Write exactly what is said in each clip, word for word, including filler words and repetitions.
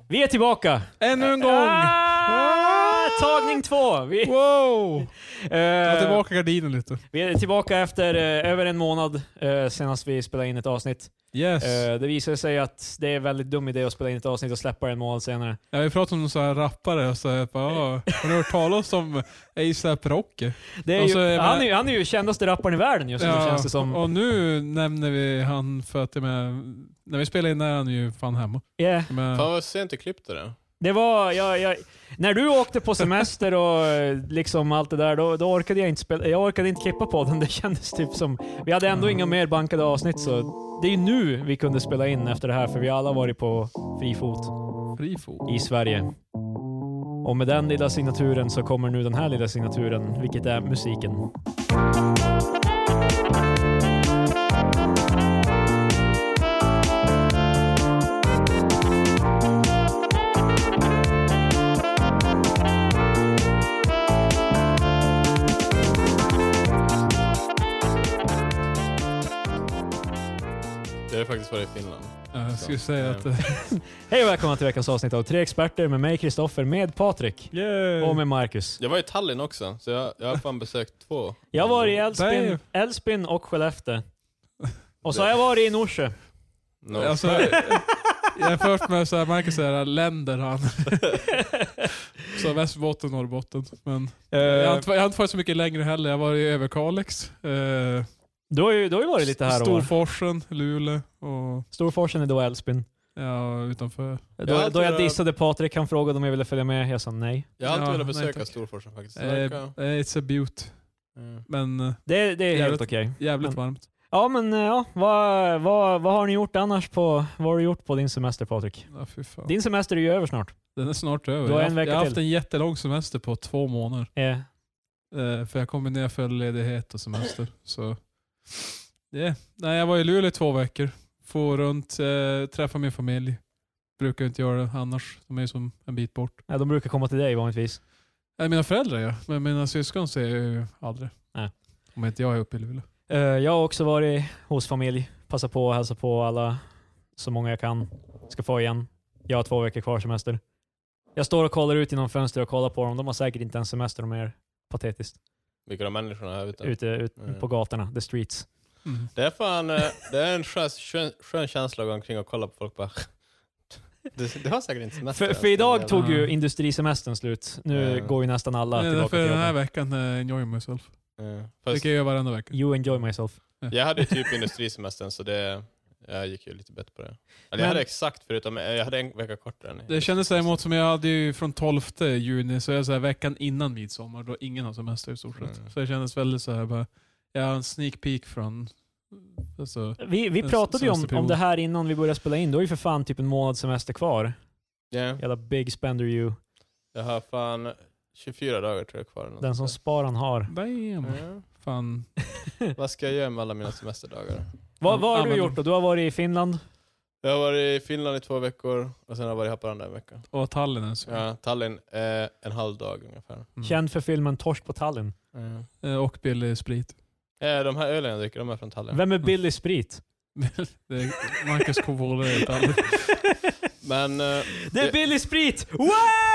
Vi är tillbaka! Ännu en gång! Ah, tagning två! Vi, Wow! eh, Ta tillbaka gardinen lite. vi är tillbaka efter eh, över en månad eh, senast vi spelade in ett avsnitt. Yes. Eh, det visar sig att det är väldigt dum idé att spela in ett avsnitt och släppa en månad senare. Ja, vi pratar om så här rappare och så här, bara, ah, har ni hört talas om A$AP Rocky? Det är Och ju, så är han, man- är ju, han är ju kändaste rapparen i världen just nu, känns det som. och nu nämner vi han för att det med, när vi spelar in är han ju fan hemma. Yeah. Men, Fan vad sent du klippte det. Det var, jag, jag, när du åkte på semester och eh, liksom allt det där, då, då orkade jag inte spela, jag orkade inte klippa på den. Det kändes typ som, vi hade ändå inga mer bankade avsnitt, så det är ju nu vi kunde spela in efter det här, för vi alla varit på fri fot fri fot. i Sverige. Och med den lilla signaturen så kommer nu den här lilla signaturen, vilket är musiken. Jag har faktiskt varit i Finland. Jag skulle säga att... Hej och välkomna till veckans avsnitt av Tre Experter med mig, Kristoffer, med Patrik yeah. och med Marcus. Jag var i Tallinn också, så jag, jag har fan besökt två. Jag var i Älvsbyn, Damn. Älvsbyn och Skellefteå. Och så har jag varit i Norsjö. No. Alltså, jag är först med så här, Marcus säger länder han. Så Västerbotten, Norrbotten. Men Uh, jag, har inte, jag har inte varit så mycket längre heller. Jag var i Överkalix. Eh, du, har ju, du har ju varit lite här och Storforsen, Luleå och Storforsen är då Älvsbyn. ja, utanför. Då, Jag har då jag alltid- dissade Patrik, han frågade om jag ville följa med. Jag sa nej. Jag har alltid Ja, velat nej, besöka tack. Storforsen faktiskt. Eh, Det verkar- it's a beauty. Mm. Men eh, Det, det är helt Jävligt- okej. jävligt Men- varmt. Ja, men eh, ja, vad, vad, vad har ni gjort annars på, vad har du gjort på din semester, Patrik? Ja, fy fan. Din semester är ju över snart. Den är snart över. Du har jag, en har- vecka jag har haft till. en jättelång semester på två månader. Eh, Eh, för jag kombinerar förledighet och semester. Så yeah. Nej, jag var i Luleå i två veckor. Få runt, eh, träffa min familj. Brukar inte göra det annars. De är ju som en bit bort. ja, de brukar komma till dig vanligtvis. Nej, mina föräldrar ja. Men mina syskon ser jag ju aldrig. Nej. Om inte jag är uppe i Luleå. Eh, jag har också varit hos familj. Passa på att hälsa på alla, så många jag kan. Ska få igen. Jag har två veckor kvar semester. Jag står och kollar ut genom fönster och kollar på dem. De har säkert inte en semester, de är patetiskt. Vilka av människorna här ute? Ute ut Mm. på gatorna, the streets. Mm. Det är fan, eh, det är en skön, skön, skön känsla att gå omkring och kolla på folk bara. Du, du har säkert inte semester. För, alltså. för idag Men- tog ju Ja. industrisemestern slut. Nu Mm. går ju nästan alla Nej, tillbaka för till den här jobbet. veckan uh, enjoy myself. Ja. Det Fast kan jag göra varenda vecka. You enjoy myself. jag hade ju typ industrisemestern, så det, jag gick ju lite bättre på det. Eller Men- jag hade exakt förutom, jag hade en vecka kortare än Det kändes däremot som jag hade ju från tolfte juni, så jag så här veckan innan midsommar, då ingen har semester i stort sett. Mm. Så det kändes väldigt så här bara, jag har en sneak peek från alltså, Vi, vi En pratade ju om, semesterperiod. om det här innan vi började spela in. Du har ju för fan typ en månad semester kvar. Ja. Jävla big spender you. Jag har fan tjugofyra dagar tror jag kvar. eller något Den som sånt spar han har. damn. där. Ja. Fan. Vad ska jag göra med alla mina semesterdagar? Vad, vad har Ja, du men- gjort då? Du har varit i Finland. Jag har varit i Finland i två veckor och sen har jag varit i Haparanda en vecka. Och Tallinn ens. Ja, Tallinn eh, en halv dag ungefär. Mm. Känd för filmen Torsk på Tallinn. Ja. Eh, Och billig sprit. Eh, de här ölen jag dricker, de är från Tallinn. Vem är Billy Sprit? Det är Marcus Kovola i Tallinn. Men eh, Det är det- Billy Sprit! Wow!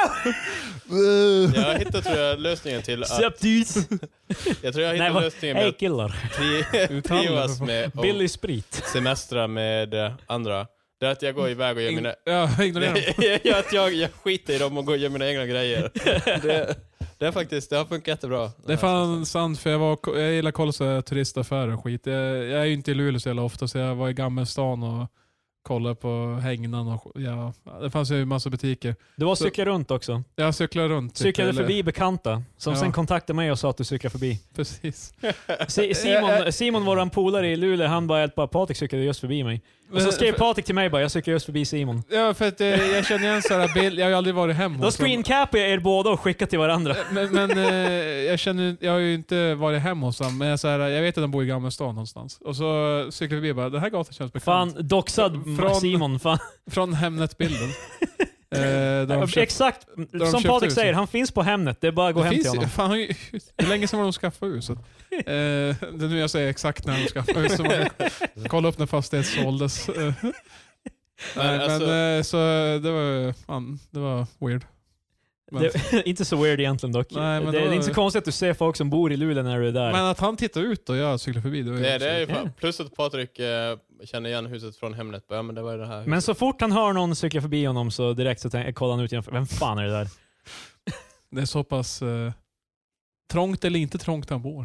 jag hittade tror jag lösningen till att... Sup dudes? Jag tror jag Nej, hittade vad- lösningen med Hej att killar. tri- Uttalar trivas det. med och Billy Sprit. semestra med eh, andra. Det är att jag går iväg och gör mina... Ja, ignorera. ja, att jag, jag skiter i dem och går och gör mina egna grejer. Det, det är faktiskt, det har funkat jättebra. Det är fan sant, för jag, var, jag gillar att kolla så här turistaffärer och skit. Jag, jag är ju inte i Luleå så jävla ofta, så jag var i Gammelstan och kollade på hängnan och ja, det fanns ju en massa butiker. Du var Så- cyklade runt också. Jag cyklade runt. typ, Cyklade eller- förbi bekanta som Ja. sen kontaktade mig och sa att du cyklade förbi. Precis. Si- Simon, Simon våran polare i Luleå, han bara hjälpte, Patrik cyklade just förbi mig. Och så skrev Patrik till mig bara, jag cyklade just förbi Simon. Ja, för att eh, jag känner igen sådana bild. Jag har ju aldrig varit hemma Då hos dem. screencapade jag er båda och skickade till varandra. Men, men eh, jag känner, jag har ju inte varit hemma hos dem, men jag, så här, jag vet att de bor i Gammelstan någonstans. Och så cyklar vi förbi och bara, den här gatan känns bekant. Fan, doxad Från- Simon. Fan. Från Hemnet-bilden. eh, där de köpt- Exakt, de som köpte Patrik huset. säger, han finns på Hemnet. Det är bara att gå Det hem till finns, honom. fan, hur hur länge sedan var de skaffade huset? Eh, det är nu jag säger exakt när de skaffade huset. Så man kan kolla upp när fastighet såldes. Eh, Nej, Men alltså- men eh, så det var, fan, det var weird. Men, Det, inte så weird egentligen dock. Nej, men det, då- det är inte så konstigt att du ser folk som bor i Luleå när du är där. men att han tittar ut och jag cyklar förbi, det var ju Det, det är ju Ja. fan. Plus att Patrik eh, känner igen huset från Hemnet. Ja, men det var ju det här huset. Men så fort han hör någon cykla förbi honom så direkt så tänk, kollar han ut genom, vem fan är det där? det är så pass eh, trångt eller inte trångt han bor.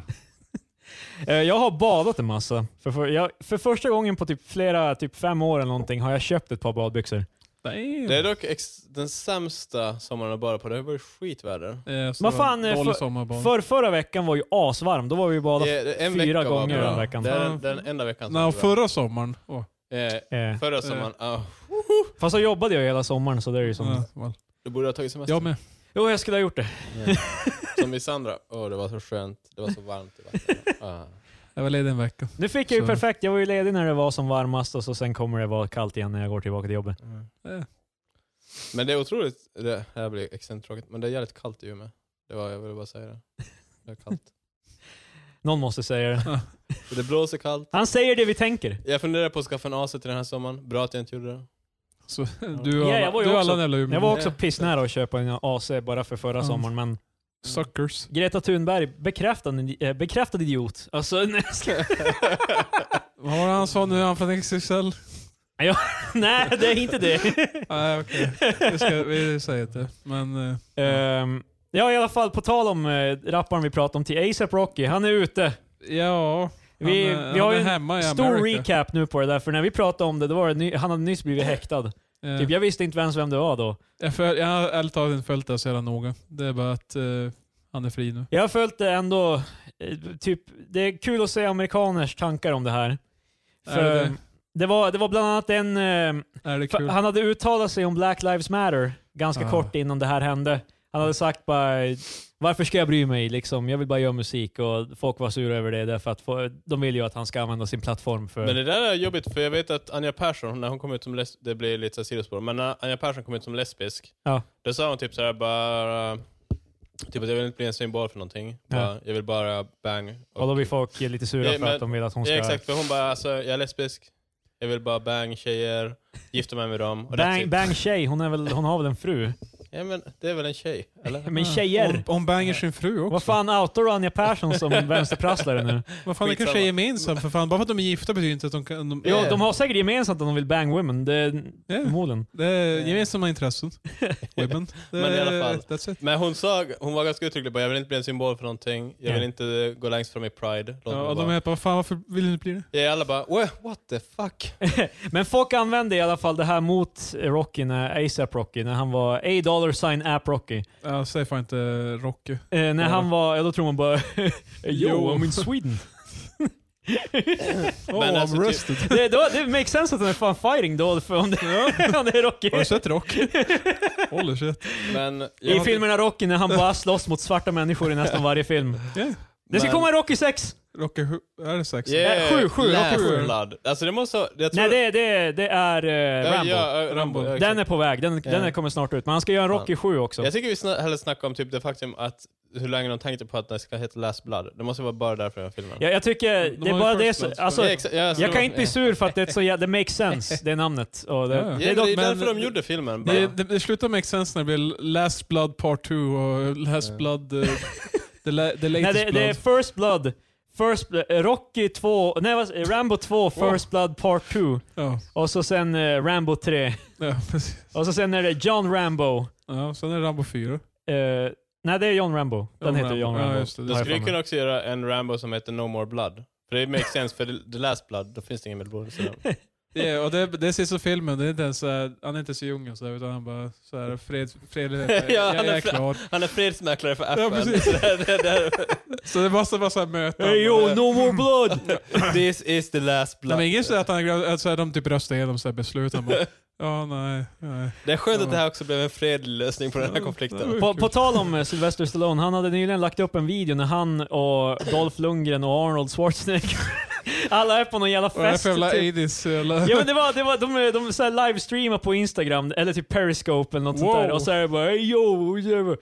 Eh, Jag har badat en massa. För, för, jag, för första gången på typ flera, typ fem år eller någonting har jag köpt ett par badbyxor. Nej. Det är dock ex- den sämsta sommaren att bara på. Det har varit skitväder. Det är så Vad fan, eh, dålig för- sommarbad. För förra veckan var ju asvarm. Då var vi ju badade Det är en fyra vecka var gånger bra. den veckan. Det är den, den enda veckan som Nej, var och bra. förra sommaren. Åh. Eh, Eh. förra sommaren, ja. Fast så jobbade jag hela sommaren så det är ju som... Ja, väl. Du borde ha tagit semester. Jag med. Jo, jag skulle ha gjort det. Ja. Som vi Sandra. Åh, det var så skönt. Det var så varmt i vattnet. Ah. Jag var ledig en vecka. Nu fick jag ju Så- perfekt. Jag var ju ledig när det var som varmast och så sen kommer det vara kallt igen när jag går tillbaka till jobbet. Mm. Eh. Men det är otroligt, det här blir extremt tråkigt, men det är jävligt kallt i Umeå. Det var, jag ville bara säga det. Det är kallt. Någon måste säga det. Så det blåser kallt. Han säger det vi tänker. Jag funderar på att skaffa en A C till den här sommaren. Bra att jag inte gjorde det. Så du och Ja, jag alla, var ju du och också- alla jävla Umeå. Jag var också Ja. pissnära att köpa en A C bara för förra Ja. sommaren, men Suckers. Greta Thunberg, bekräftad, äh, bekräftad idiot. Alltså, nej, jag ska- Vad var det han sa nu? Han från X X L? nej, det är inte det. Nej, okej. Vi ska vi säger inte. Men... eh, Ehm, ja, i alla fall, på tal om uh, rapparen vi pratade om till A$AP Rocky, han är ute. ja... Vi, han, är- vi har han ju är en hemma i stor America. recap nu på det där, för när vi pratade om det, då var det ny, han hade nyss blivit häktad. Eh, Typ, jag visste inte ens vem det var då. jag, föl, jag har ärligt talat inte följt det så jävla noga. Det är bara att eh, han är fri nu. Jag har följt det ändå, eh, typ, det är kul att se amerikaners tankar om det här. För Är det det? det? var, det var bland annat en, eh, Är det för kul? han hade uttalat sig om Black Lives Matter ganska Ah. kort innan det här hände. Han hade sagt bara, varför ska jag bry mig? Liksom, jag vill bara göra musik, och folk var sura över det därför att få, de vill ju att han ska använda sin plattform för... Men det där är jobbigt, för jag vet att Anja Persson, när hon kom ut som lesbisk, det blir lite så här sidospår, men när Anja Persson kom ut som lesbisk, Ja. då sa hon typ såhär bara, typ att jag vill inte bli en symbol för någonting. Ja. Bara, jag vill bara bang. Och då blir folk lite sura Ja, för men- att de vill att hon ska... Ja, exakt, för hon bara, alltså jag är lesbisk, jag vill bara bang tjejer, gifta mig med dem. Och that's Bang, it. bang tjej, hon, är väl, hon har väl en fru? Ja men det är väl en tjej, eller? Men tjejer! Hon, hon banger sin fru också. Vad fan, outar du Anja Persson som vänsterprasslare nu? Vad fan, det kanske är gemensamt för fan. Bara för att de är gifta betyder inte att de kan... De, Jo, Yeah. de har säkert gemensamt att de vill bang women. Det är Ja. förmodligen. Det är gemensamma intressen. Women. Det, Men i alla fall. That's it. Men hon sa, hon var ganska uttrycklig på, jag vill inte bli en symbol för någonting, jag vill Ja. inte gå längst fram i Pride. Låt Ja, mig och de vara. är bara, vad fan varför vill du inte bli det? Ja, alla bara, "What- what the fuck? Men folk använde i alla fall det här mot Rocky, när A$AP Rocky, när han var A dollar sign app Rocky. Ja, säg fan inte Rocky. Eh, när Ja. han var, ja då tror man bara Yo, Jo. I'm in Sweden. Oh, Men I'm alltså, typ- arrested. det, då, det makes sense att han är fan fighting då, för om det, om det är Rocky. Har du sett Rocky? Holy shit. Men I jag har- filmerna Rocky, när han bara slåss mot svarta människor i nästan varje film. Yeah. Det ska Men- komma en Rocky sex! Rocky, hu- är det sex? Yeah, Eh, sju, sju, Last Rocky sju. Blood. Alltså det måste vara- jag tror, Nej, det, det, det är eh, Ja, Rambo. ja, äh, Rambo. Rambo. ja, exakt. Den är på väg, den, den Ja. kommer snart ut. Men han ska göra en Rocky sju också. Jag tycker vi sna- hellre snackar om typ det faktum att hur länge de tänkte på att det ska heta Last Blood. Det måste vara bara därför jag filmen. Jag, jag tycker, De det är har ju bara det First så, Blood. alltså, Ja, exa- ja, så jag det kan var- inte bli sur för att det är så jä- det makes sense, det är namnet. Och det, Ja. det Ja, är det är dock, därför men- de gjorde filmen. Bara. Det, det, det slutar make sense när det blir Last Blood Part two och Last Ja. Blood... Uh, the, la, the nej, latest det, det blood. är First Blood, First Blood, eh, Rocky två, nej vad, Rambo två, First Blood Part two. Ja, Och så sen eh, Rambo tre. ja, precis. Och så sen är det John Rambo. Ja, sen är det Rambo fyra. Eh, nej, det är John Rambo. Den John heter Rambo. John Ja, Rambo. just det. Då har jag skulle för vi mig. kunna också göra en Rambo som heter No More Blood. För det makes sense, för The- The Last Blood, då finns det ingen med blod. Så den- Det, är- och det, det är sista filmen, det är inte ens, så här- han är inte så ung och så där, utan han bara så här, fred, fredlig, Ja, jag, han jag är är fra- klar. Han är fredsmäklare för F Ja, N. precis. Så det, det, det, Så det måste vara så här möten. Hey yo, no more blood! This is the last Nej, blood. men ingen säger att han är glad, att så här, de typ röstar igenom så här beslut. Han bara, ja nej, nej. Det är skönt Ja. att det här också blev en fredlig lösning på den här konflikten. På, på tal om eh, Sylvester Stallone, han hade nyligen lagt upp en video när han och Dolph Lundgren och Arnold Schwarzenegger Alla är på någon jävla Vad är det fest. för jävla typ. eighties eller? Ja men det var, det var de, de, de så här livestreamar på Instagram eller typ Periscope eller något Wow. sånt där och så är det bara hey, yo,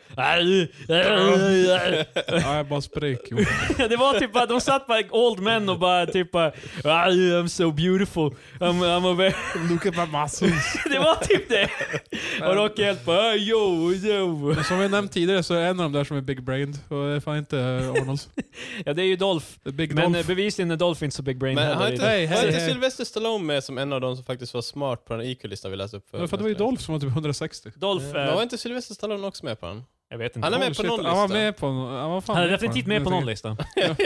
Ja, jag bara sprik. Jo. det var typ bara, de satt bara old men och bara typ bara, I'm so beautiful I'm, I'm a very... Look at my muscles. det var typ det och Rocky helt bara hey, yo, yo. Men som vi nämnt tidigare så är en av de där som är big brained och det är fan inte Arnold. Ja det är ju Dolph Det är Big men Dolph. eh, bevisligen är Dolph inte så big brain Men heller har i inte, det. Hej, var hej, inte hej. Sylvester Stallone med som en av de som faktiskt var smart på den I Q-listan vi läste upp för? Ja, för det var ju Dolph som var typ hundrasextio. Dolph, Men eh, var inte Sylvester Stallone också med på den? jag vet inte Han är med Oh, på shit. någon Han var lista. med på någon. Han var fan Han är med definitivt på med på den. någon lista.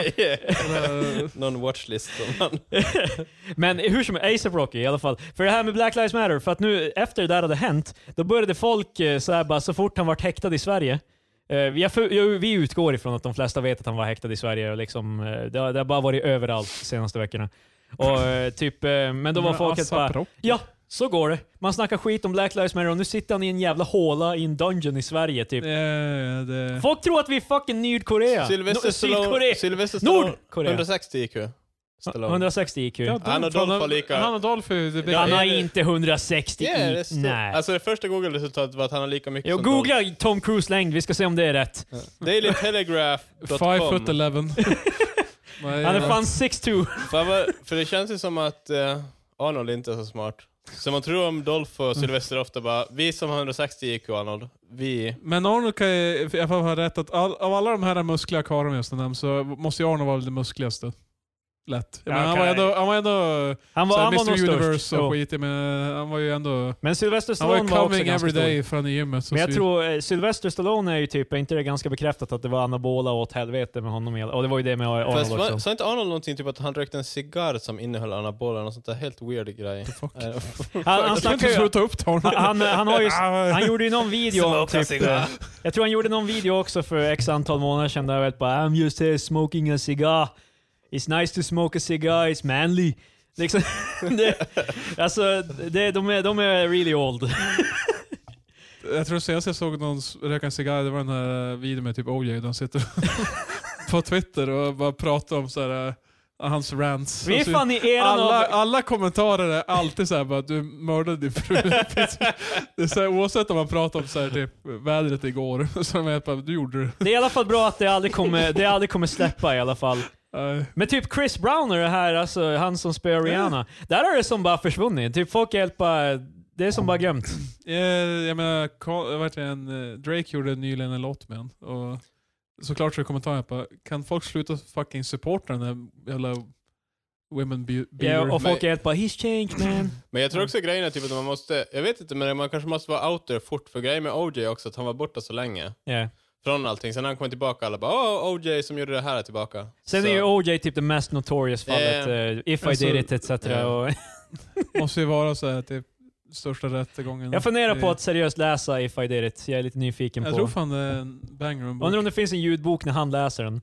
Någon watchlist som han... Men hur som helst, A$AP Rocky i alla fall. För det här med Black Lives Matter, för att nu efter det där hade hänt, då började folk eh, så här bara, så fort han var häktad i Sverige. Eh, jag, jag, vi utgår ifrån att de flesta vet att han var häktad i Sverige och liksom, eh, det, har, det har bara varit överallt de senaste veckorna. Och eh, typ, eh, men då var folk helt bara, Rocky. ja, så går det. Man snackar skit om Black Lives Matter och nu sitter han i en jävla håla i en dungeon i Sverige typ. Ja, ja, det... Folk tror att vi är fucking Nordkorea. Sylvester No, Stallone, Sydkorea. Sylvester Stallone Nordkorea. hundrasextio I Q. Stallone. hundrasextio I Q. Ja, Han och Dolph var lika. Han och Dolph är the big... Han har är det- inte hundrasextio Ja, det I Q. står- Nej. Alltså det första Google-resultatet var att han har lika mycket Jo, som Dolph. googla Tom Cruise längd, vi ska se om det är rätt. Daily Telegraph dot Five com. foot eleven. Nej, Han är ja. fan sex two. Fan, vad- för det känns ju som att eh, Arnold inte är så smart. Så man tror om Dolph och Sylvester ofta bara, vi som har hundrasextio I Q Arnold, vi... Men Arnold kan ju, i alla fall ha rätt att all, av alla de här muskliga karlarna just nämnt så måste ju Arnold vara den muskligaste. Lätt. Jag Ja, menar, han, var okej. ändå, han var ändå... Han var, så här han var nog mister Universe störst. och Jo. skit, men han var ju ändå... Men Sylvester Han var Stallone ju var, också coming ganska every day stor. från i gymmet. Så Men jag så- tror eh, Sylvester Stallone är ju typ, är inte det ganska bekräftat att det var anabola åt helvete med honom? i- Och det var ju det med Arnold Fast också. var, sa inte Arnold någonting typ att han rökte en cigarr som innehöll anabola och sånt där helt weird grej? Fuck. Eh, Han, han, Jag kan snackar inte ju, sluta upp det, Arnold. han, han, han, har ju, han gjorde ju någon video om Smoka typ, cigarr. eh, jag tror han gjorde någon video också för x antal månader sedan där jag vet bara I'm just here smoking a cigar. It's nice to smoke a cigar, it's manly. Liksom, det, alltså, det, de, är, de är really old. Jag tror senast jag såg någon s- röka en cigarr, det var den här videon med typ O J, de sitter på Twitter och bara pratar om så här, uh, hans rants. Vi är Alltså, fan i eran alla, av... alla kommentarer är alltid så här bara, du mördade din fru. Det är så här, oavsett om man pratar om så här, typ, vädret igår, så de är bara, du gjorde det. Det är i alla fall bra att det aldrig kommer, det aldrig kommer släppa i alla fall. Uh, Men typ Chris Brown är det här, alltså han som spelar Rihanna. Där har det som bara försvunnit. Typ folk är helt bara, det är som bara glömt. eh, jag menar, Ka- vad heter det, en, eh, Drake gjorde nyligen en låt med han. Och såklart så är kommentaren bara, kan folk sluta fucking supporta den här jävla women be- beater? Ja, och folk är helt bara, he's changed man. Men jag tror också grejen är typ att man måste, jag vet inte, men man kanske måste vara out there fort, för grejen med O J också, att han var borta så länge. Yeah. Från allting, sen när han kom tillbaka alla bara, åh, O J som gjorde det här är tillbaka. Sen Så- är ju O J typ det mest notorious fallet. Yeah. eh, if Alltså, I did it et cetera. yeah. Och Måste ju vara så här, typ största rättegången. jag funderar på Eh, att seriöst läsa If I did it. Jag är lite nyfiken Jag på. tror fan det är en banger om Undrar om det finns en ljudbok när han läser den.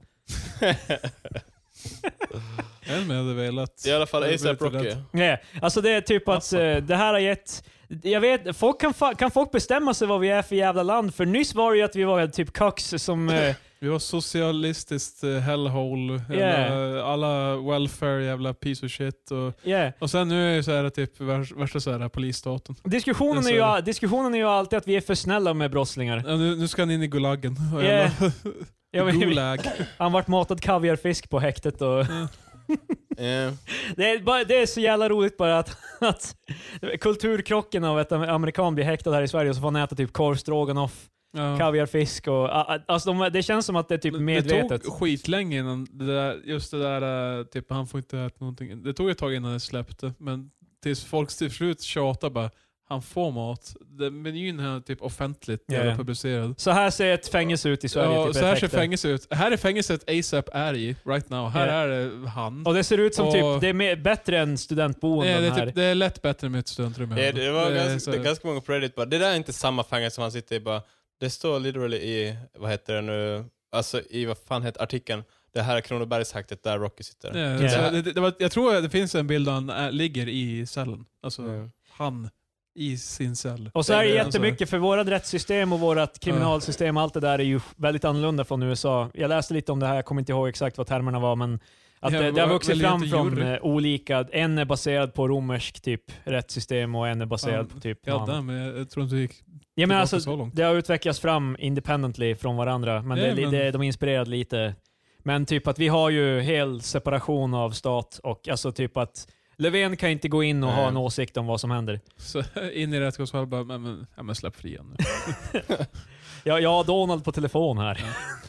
En med hade velat. I alla fall Jag A$AP vet Rocky. rätt. Yeah. Alltså det är typ att Alltså. eh, det här har gett... Jag vet, folk kan, fa- kan folk bestämma sig vad vi är för jävla land? För nyss var det ju att vi var typ kax som... Eh, Vi var socialistiskt uh, hellhole. Yeah. Jävla, alla welfare, jävla piece of shit. Och, yeah. och sen nu är det så här typ värsta, värsta så här polisstaten. Diskussionen, Det är är ju, så. all- diskussionen är ju alltid att vi är för snälla med brottslingar. Ja, nu, nu ska han in i gulagen. Och Yeah. jävla, Ja, men- gulag. Han vart matad kaviarfisk på häktet och... Eh, Det är, bara, det är så jävla roligt bara att, att kulturkrocken av ett amerikan blir häktad här i Sverige och så får han äta typ korvstroganoff, Ja. kaviarfisk och... a- a- Alltså de, det känns som att det är typ medvetet. Det tog skitlänge innan det där, just det där, äh, typ han får inte äta någonting. Det tog ett tag innan det släppte, men tills folk till slut tjatar bara, han får mat. Den menyn här är typ offentligt Ja, jävla ja. publicerad. Så här ser ett fängelse ut i Sverige. Ja, typ så här ett ser häkte. fängelse ut. Här är fängelset A$AP är i, right now. Här Ja. är det han. Och det ser ut som Och- typ, det är mer, bättre än studentboenden Nej, det, är här. typ, det är lätt bättre med ett studentrum. det, det var Det är ganska, så- det är ganska många på Reddit bara, det där är inte samma fängelse som han sitter i bara. Det står literally i, vad heter det nu, alltså i vad fan heter artikeln, det här är Kronobergshäktet där Rocky sitter. Ja, Ja. så det, det, det var, jag tror att det finns en bild där han är, ligger i cellen. Alltså Mm. han i sin cell. Och så är det Ja, jättemycket, för vårt rättssystem och vårt kriminalsystem, allt det där är ju väldigt annorlunda från U S A. Jag läste lite om det här, jag kommer inte ihåg exakt vad termerna var, men Att Ja, det, det har vad- vuxit väljer fram inte från jury. eh, olika, en är baserad på romersk typ rättssystem och en är baserad Ja, på typ Ja, någon annan. där, men jag, jag tror inte det gick Ja, men tillbaka alltså, så långt. det har utvecklats fram independently från varandra, men, Ja, det, är li- men- det, de är inspirerade lite. Men typ att vi har ju hel separation av stat och alltså typ att Löfven kan inte gå in och ha Nej. en åsikt om vad som händer. Så in i rättegångsfall bara, men, men, ja, men släpp fri han nu. Ja, jag har Donald på telefon här.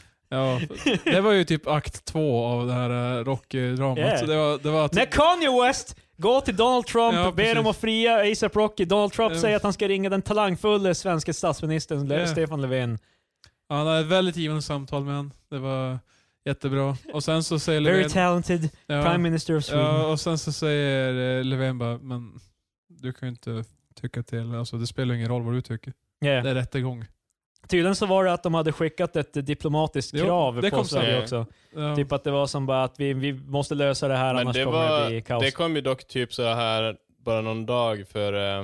Ja, det var ju typ akt två av det här uh, Rocky-dramat. Yeah. Så det var, det var att, När Kanye West går till Donald Trump Ja, och ber precis. dem att fria A$AP Rocky, Donald Trump Ja. säger att han ska ringa den talangfulla svenska statsministern Ja. Stefan Löfven. ja, han hade ett väldigt givande samtal med han. Det var jättebra. Och sen så säger Very Löfven... talented Ja, Prime Minister of Sweden. ja, och sen så säger eh, Löfven bara, men du kan ju inte tycka till, alltså det spelar ingen roll vad du tycker. Yeah. Det är rättegång. Tydligen så var det att de hade skickat ett diplomatiskt Jo, krav det på kom Sverige sen. också. Ja. Typ att det var som bara att vi, vi måste lösa det här, Men annars det, kommer det var, bli kaos. det kom ju dock typ så här bara någon dag för uh,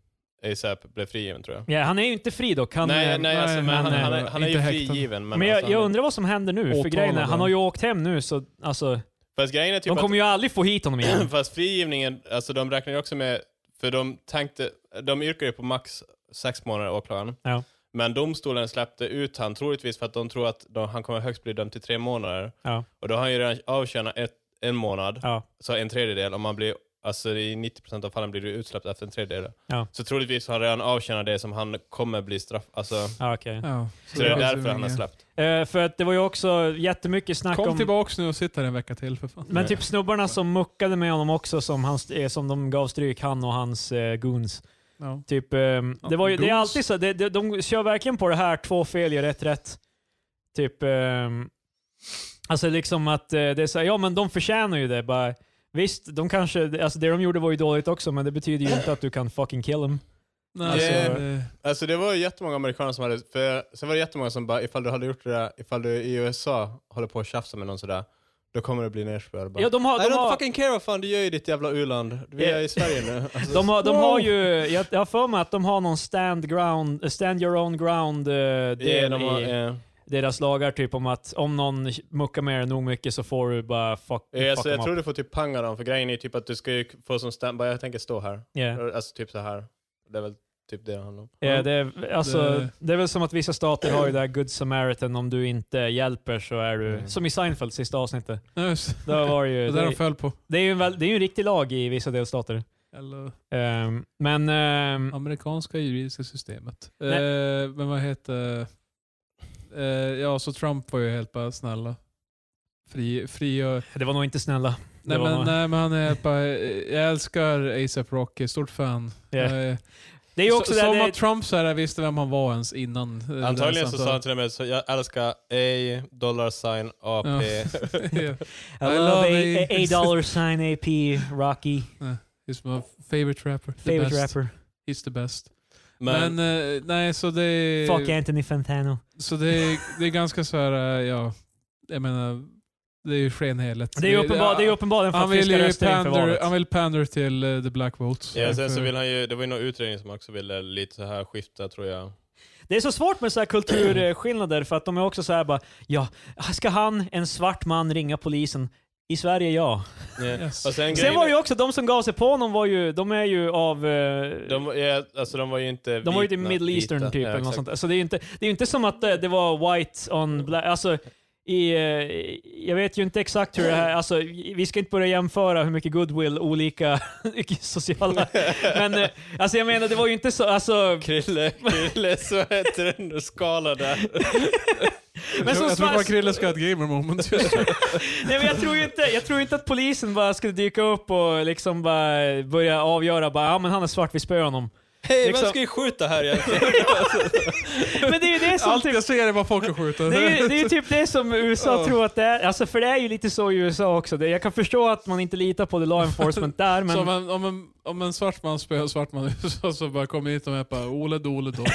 A$AP blev frigiven, tror jag. Ja, han är ju inte fri dock. Han, nej, eh, nej, alltså, men han, men, han, eh, är, han är ju inte häktad. frigiven. Men, Men jag, alltså, jag han- undrar vad som händer nu. För Åtalad, grejen är, han ja. har ju åkt hem nu, så alltså, Fast grejen är typ de kommer ju aldrig få hit honom igen. att, fast frigivningen, alltså de räknar ju också med, för de tänkte, de yrkar ju på max sex månader åklagaren. Ja. Men domstolen släppte ut han troligtvis för att de tror att de, han kommer högst bli dömd till tre månader. Ja. Och då har han ju redan avtjänat ett, en månad, Ja. så en tredjedel. Om man blir, alltså i nittio procent av fallen blir du utsläppt efter en tredjedel. Ja. Så troligtvis har han redan avtjänat det som han kommer bli straff. Alltså, Ja, okej. Ja. så det är det därför finns han har inga- släppt. Eh, för att det var ju också jättemycket snack Kom om... tillbaks nu och sitt här en vecka till för fan. Men typ snubbarna som muckade med honom också, som, hans, eh, som de gav stryk, han och hans eh, goons. Ja. Typ, ehm, det, var ju, det är goons. alltid så, det, det, de kör verkligen på det här, två fel gör rätt rätt. Typ, ehm, alltså liksom att eh, det är så här, ja men de förtjänar ju det. Bara, visst, de kanske, alltså det de gjorde var ju dåligt också, men det betyder ju inte att du kan fucking kill them. Nej, Alltså- alltså, det- Alltså det var ju jättemånga amerikaner som hade, för sen var det jättemånga som bara, ifall du hade gjort det där, ifall du i U S A håller på att tjafsa med någon sådär, då kommer det bli nerspärr. Ja, de har, I de don't har, fucking care vad fan du gör i ditt jävla u-land. Vi är i Sverige nu. Alltså, de har, de har ju, jag, jag har för mig att de har någon stand ground, stand your own ground eh, del ja, de har, i ja. deras lagar, typ om att om någon muckar med dig nog mycket så får du bara fuck, Ja, fuck alltså, them jag tror up. du får typ panga dem, för grejen är typ att du ska ju få som stand, bara jag tänker stå här. Yeah. Alltså typ så här. Det är väl typ det det handlar om. Ja, det, är, alltså, Det- det... är väl som att vissa stater har ju det här Good Samaritan, om du inte hjälper så är du, Mm. som i Seinfeld sista avsnittet. Ja, just. Då var det ju, Det där de det, föll på. det är ju en, väl, det är ju en riktig lag i vissa delstater. Eller Ehm, men ehm, amerikanska juridiska systemet. Eh, Nej. men vad heter... Eh, ja, så Trump var ju helt bara snälla. Fri, fri och... det var nog inte snälla. Nej Det var men, nog- nej men han är bara... Jag älskar A$AP Rocky, stort fan. Ja. Eh, Det är ju också så, det, som det, att Trump så här, visste vem han var ens innan. eh, det Antagligen här så sa han till och med så jag älskar A, dollar sign, A, P. Ja. I I love love a, a, a dollar sign A P Rocky, He's my favorite rapper. The favorite best. rapper. He's the best. Men, Men, eh, nej så det är... Fuck Anthony Fantano. Så det är, det är ganska så här, eh, ja, jag menar, det är ju skenheligt. Det är ju uppenbar, det är uppenbarligen för han att vill fiska ju röster inför pander, valet. han vill pander till uh, the black votes. ja, sen så För- vill han ju, det var ju någon utredning som också ville lite så här skifta, tror jag. Det är så svårt med så här kulturskillnader, för att de är också så här bara, ja, ska han, en svart man, ringa polisen? I Sverige, ja. Yes. Och sen, Sen grejen var är- ju också, de som gav sig på honom var ju, de är ju av... eh, de, är, alltså, de var ju inte De var ju till vita- Middle Eastern vita. typ, Ja, eller något exakt. sånt. Så det är ju inte, det är ju inte som att det, det var white on black. Alltså, i, eh, jag vet ju inte exakt hur det här... Alltså, vi ska inte börja jämföra hur mycket goodwill olika sociala... Men eh, alltså jag menar, det var ju inte så... Alltså, Krille, Krille, så heter den skala där. men jag, som tror- jag tror bara svars- Krille ska ha ett gamer moment just nu. Nej, men jag tror ju inte, jag tror inte att polisen bara skulle dyka upp och liksom bara börja avgöra bara, ja men han är svart, vi spöar honom. Hej, Liksom- vem ska ju skjuta här egentligen? Men det är ju det som Allt typ... jag ser är vad folk har skjutit. Det är, ju, det är ju typ det som U S A Ja. tror att det är. Alltså för det är ju lite så i U S A också. Det, jag kan förstå att man inte litar på the law enforcement där, men... Så om, en, om, en, om en svart man spöar en svart man så, så bara kommer hit och är bara Ole Dole Dole.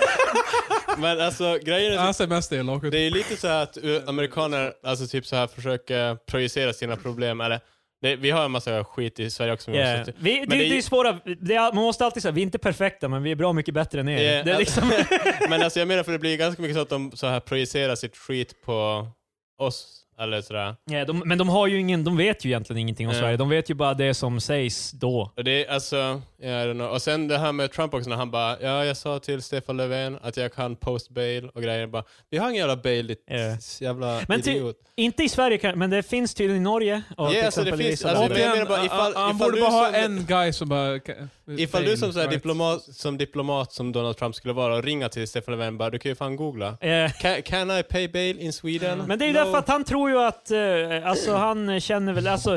Men alltså, grejen är... Han ser mest elak ut. Det är lite så här att uh, amerikaner alltså typ så här försöker projicera sina problem. Eller, det, vi har en massa skit i Sverige också. Yeah. Måste, Vi, det, Men det, det är- är svåra, det är, man måste alltid säga, vi är inte perfekta, men vi är bra mycket bättre än er. Yeah, Det är liksom... men alltså jag menar, för det blir ganska mycket så att de så här projicerar sitt skit på oss. Eller sådär. Ja, de, men de har ju ingen, de vet ju egentligen ingenting om Ja. Sverige. De vet ju bara det som sägs då. Och det är alltså, I don't know. Och sen det här med Trump också när han bara, ja jag sa till Stefan Löfven att jag kan post-bail och grejer. Bara, vi har ingen jävla bail, ditt Ja. jävla Men ty- idiot. Inte i Sverige, kan- men det finns tydligen i Norge. Och Ja, till alltså, det exempel i finns- vissa alltså, länder. men jag Återigen, menar bara, ifall- han han ifall borde du bara ha som- en guy som bara... Ifall du som, så här, right. diplomat, som diplomat som Donald Trump skulle vara och ringa till Stefan Löfven bara, du kan ju fan googla. Eh, Can, can I pay bail in Sweden? Men det är ju No. därför att han tror ju att, eh, alltså han känner väl, alltså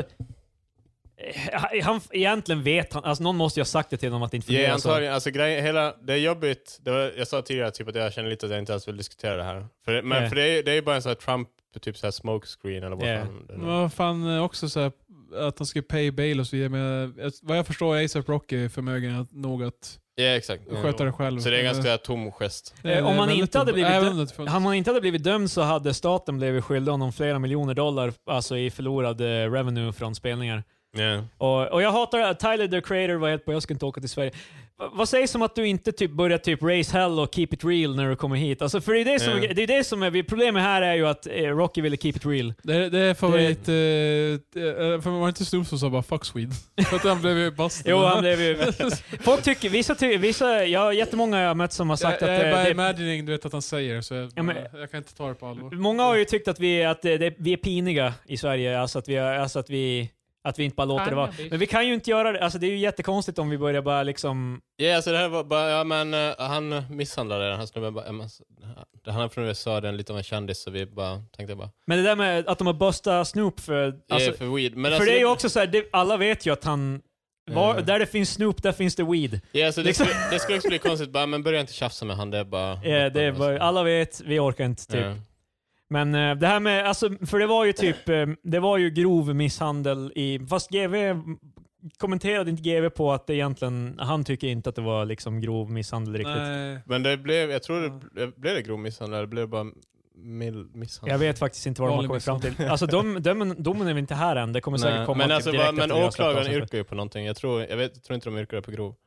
eh, han, egentligen vet han, alltså någon måste ju ha sagt det till honom att det inte fungerar Ja, så. antagligen. Alltså, grej, hela, det är jobbigt. Det var, jag sa tidigare typ, att jag känner lite att jag inte alls vill diskutera det här. För, men, Ja. för det, är, det är bara en sån här Trump, typ så här smokescreen eller vad Ja. fan det är. Men vad fan eh, också så här, att han ska pay bail och så vidare. Men jag- vad jag förstår är A$AP Rocky förmögen att nog att Ja, exakt. sköta det själv. Så det är en ganska tom gest. Eh, om man väldigt inte hade dumt. blivit Även dö- om det funnits. Om man inte hade blivit dömd så hade staten blivit skyldig honom flera miljoner dollar alltså i förlorad eh, revenue från spelningar. Yeah. Och, och jag hatar att Tyler the Creator var helt på jag ska inte åka till Sverige. Va- vad sägs om att du inte typ börjar typ raise hell och keep it real när du kommer hit? Alltså för det är det som, Ja. det är det som är, problemet här är ju att eh, Rocky ville keep it real. Det, det är favorit... Det... Eh, för man var inte Snoop som sa bara fuck Sweden. För att han blev ju bastad. Jo, han blev ju... Folk tycker, vissa, ty, vissa, jag har jättemånga jag har mött som har sagt jag, jag att är bara det, imagining du vet att han säger så jag, Ja, men- jag kan inte ta det på allvar. många har ju tyckt att vi, att det, vi är piniga i Sverige, alltså att vi, har- alltså att vi, att vi inte bara låter det vara. Men vi kan ju inte göra det, alltså det är ju jättekonstigt om vi börjar bara liksom... Ja, alltså det här var bara, ja men uh, han misshandlade den här snubben bara, ja, men, så- han är från U S A, den är lite av en kändis så vi bara, tänkte bara, Men det där med att de har bustat Snoop för... Alltså, ja, för weed. Men för alltså, det är ju också så här, det, alla vet ju att han... Var, Ja. där det finns Snoop, där finns det weed. Ja, alltså, det, liksom- skulle, det skulle också bli konstigt, bara, men börja inte tjafsa med han, det är bara... Ja, det är bara, alla vet, vi orkar inte typ. Ja. Men eh, det här med, alltså, för det var ju typ, eh, det var ju grov misshandel i, fast G V kommenterade inte G V på att det egentligen, han tycker inte att det var liksom grov misshandel riktigt. Nej. Men det blev, jag tror det, det blev det grov misshandel, eller blev det bara mild misshandel? Jag vet faktiskt inte vad de har Vanlig kommit fram till. Alltså de, domen, domen är väl inte här än, det kommer säkert Nej, komma men typ alltså, direkt vad, men efter vi har släppt åklagaren avsnittet. yrkar ju på någonting. Jag tror, jag vet, jag tror inte de yrkar på grov.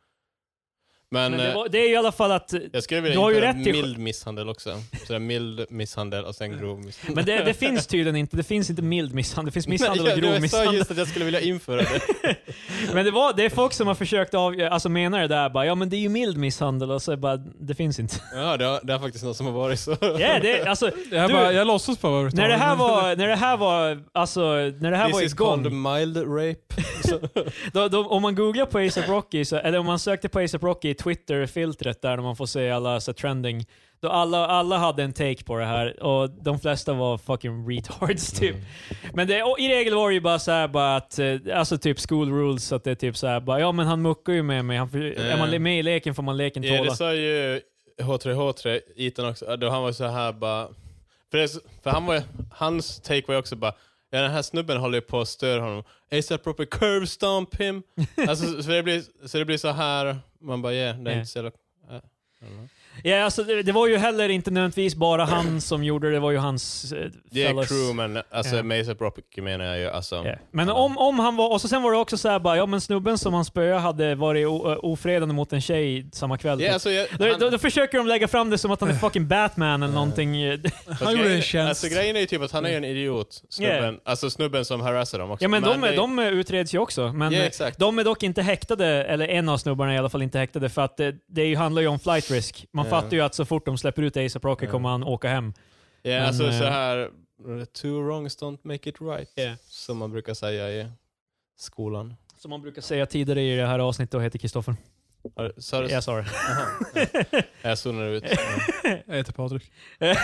Men, Men det, eh, var, det är ju i alla fall att, jag skulle vilja du har ju införa rätt till- mild misshandel också. Så det är mild misshandel och sen grov misshandel. men det, det finns tydligen inte, det finns inte mild misshandel, det finns misshandel och Nej, grov jag, jag sa misshandel. just att jag skulle vilja införa det. Men det, var, det är folk som har försökt av, alltså menar det där bara, ja men det är ju mild misshandel och så är bara, det finns inte. Ja, det har, det har faktiskt någon som har varit så. Ja, det, alltså, Jag, Du- bara, jag låtsas bara vara när det här var, när det här var, alltså, när det här This var is called igång, mild rape. Så, då, då, om man googlar på A$AP Rocky, så, eller om man sökte på A$AP Rocky i Twitter-filtret där man får se alla så trending, då alla, alla hade en take på det här och de flesta var fucking retards typ. Mm. Men det, och i regel var det ju bara så här bara att, eh, alltså typ school rules, att det är typ så här bara, ja men han muckar ju med mig, han, för, är man med i leken får man leken ja, tåla. det sa ju H tre H tre, Ethan också, då han var så här bara... För, det, för han var, hans take var ju också bara, ja, den här snubben håller ju på att störa honom. A$AP Rocky curve stomp him. Alltså, så, det blir, så det blir så här, man bara, yeah, det är Ja. inte så jävla... äh, I don't know. Ja, alltså det, det var ju heller inte nödvändigtvis bara han som gjorde det, det var ju hans eh, Det är fellows. crew, men alltså Ja. med A$AP Rocky menar jag ju, alltså... Ja. Men om, om han var, och så sen var det också så här bara, ja men snubben som han spöade hade varit o, ofredande mot en tjej samma kväll. Ja, alltså, jag, Då, han- då, då försöker de lägga fram det som att han är fucking Batman eller någonting. fast Han gjorde en grejen- tjänst. Alltså grejen är ju typ att han är ju en idiot, snubben. Yeah. Alltså snubben som harassar dem också. Ja men, de, det- de utreds ju också. Men Ja, eh, exakt. de är dock inte häktade, eller en av snubbarna är i alla fall inte häktade, för att det, det är ju, handlar ju om flight risk. Man Ja. fattar ju att så fort de släpper ut A$AP Rocky Ja. kommer han åka hem. Ja, Men, alltså eh, så här, two wrongs don't make it right. Yeah. Som man brukar säga i skolan. Som man brukar säga tidigare i det här avsnittet, och heter Kristoffer. Har- Sa du? Jag sa det. Jaha, ja. Jag zonar ut. Ja. Jag heter Patrik.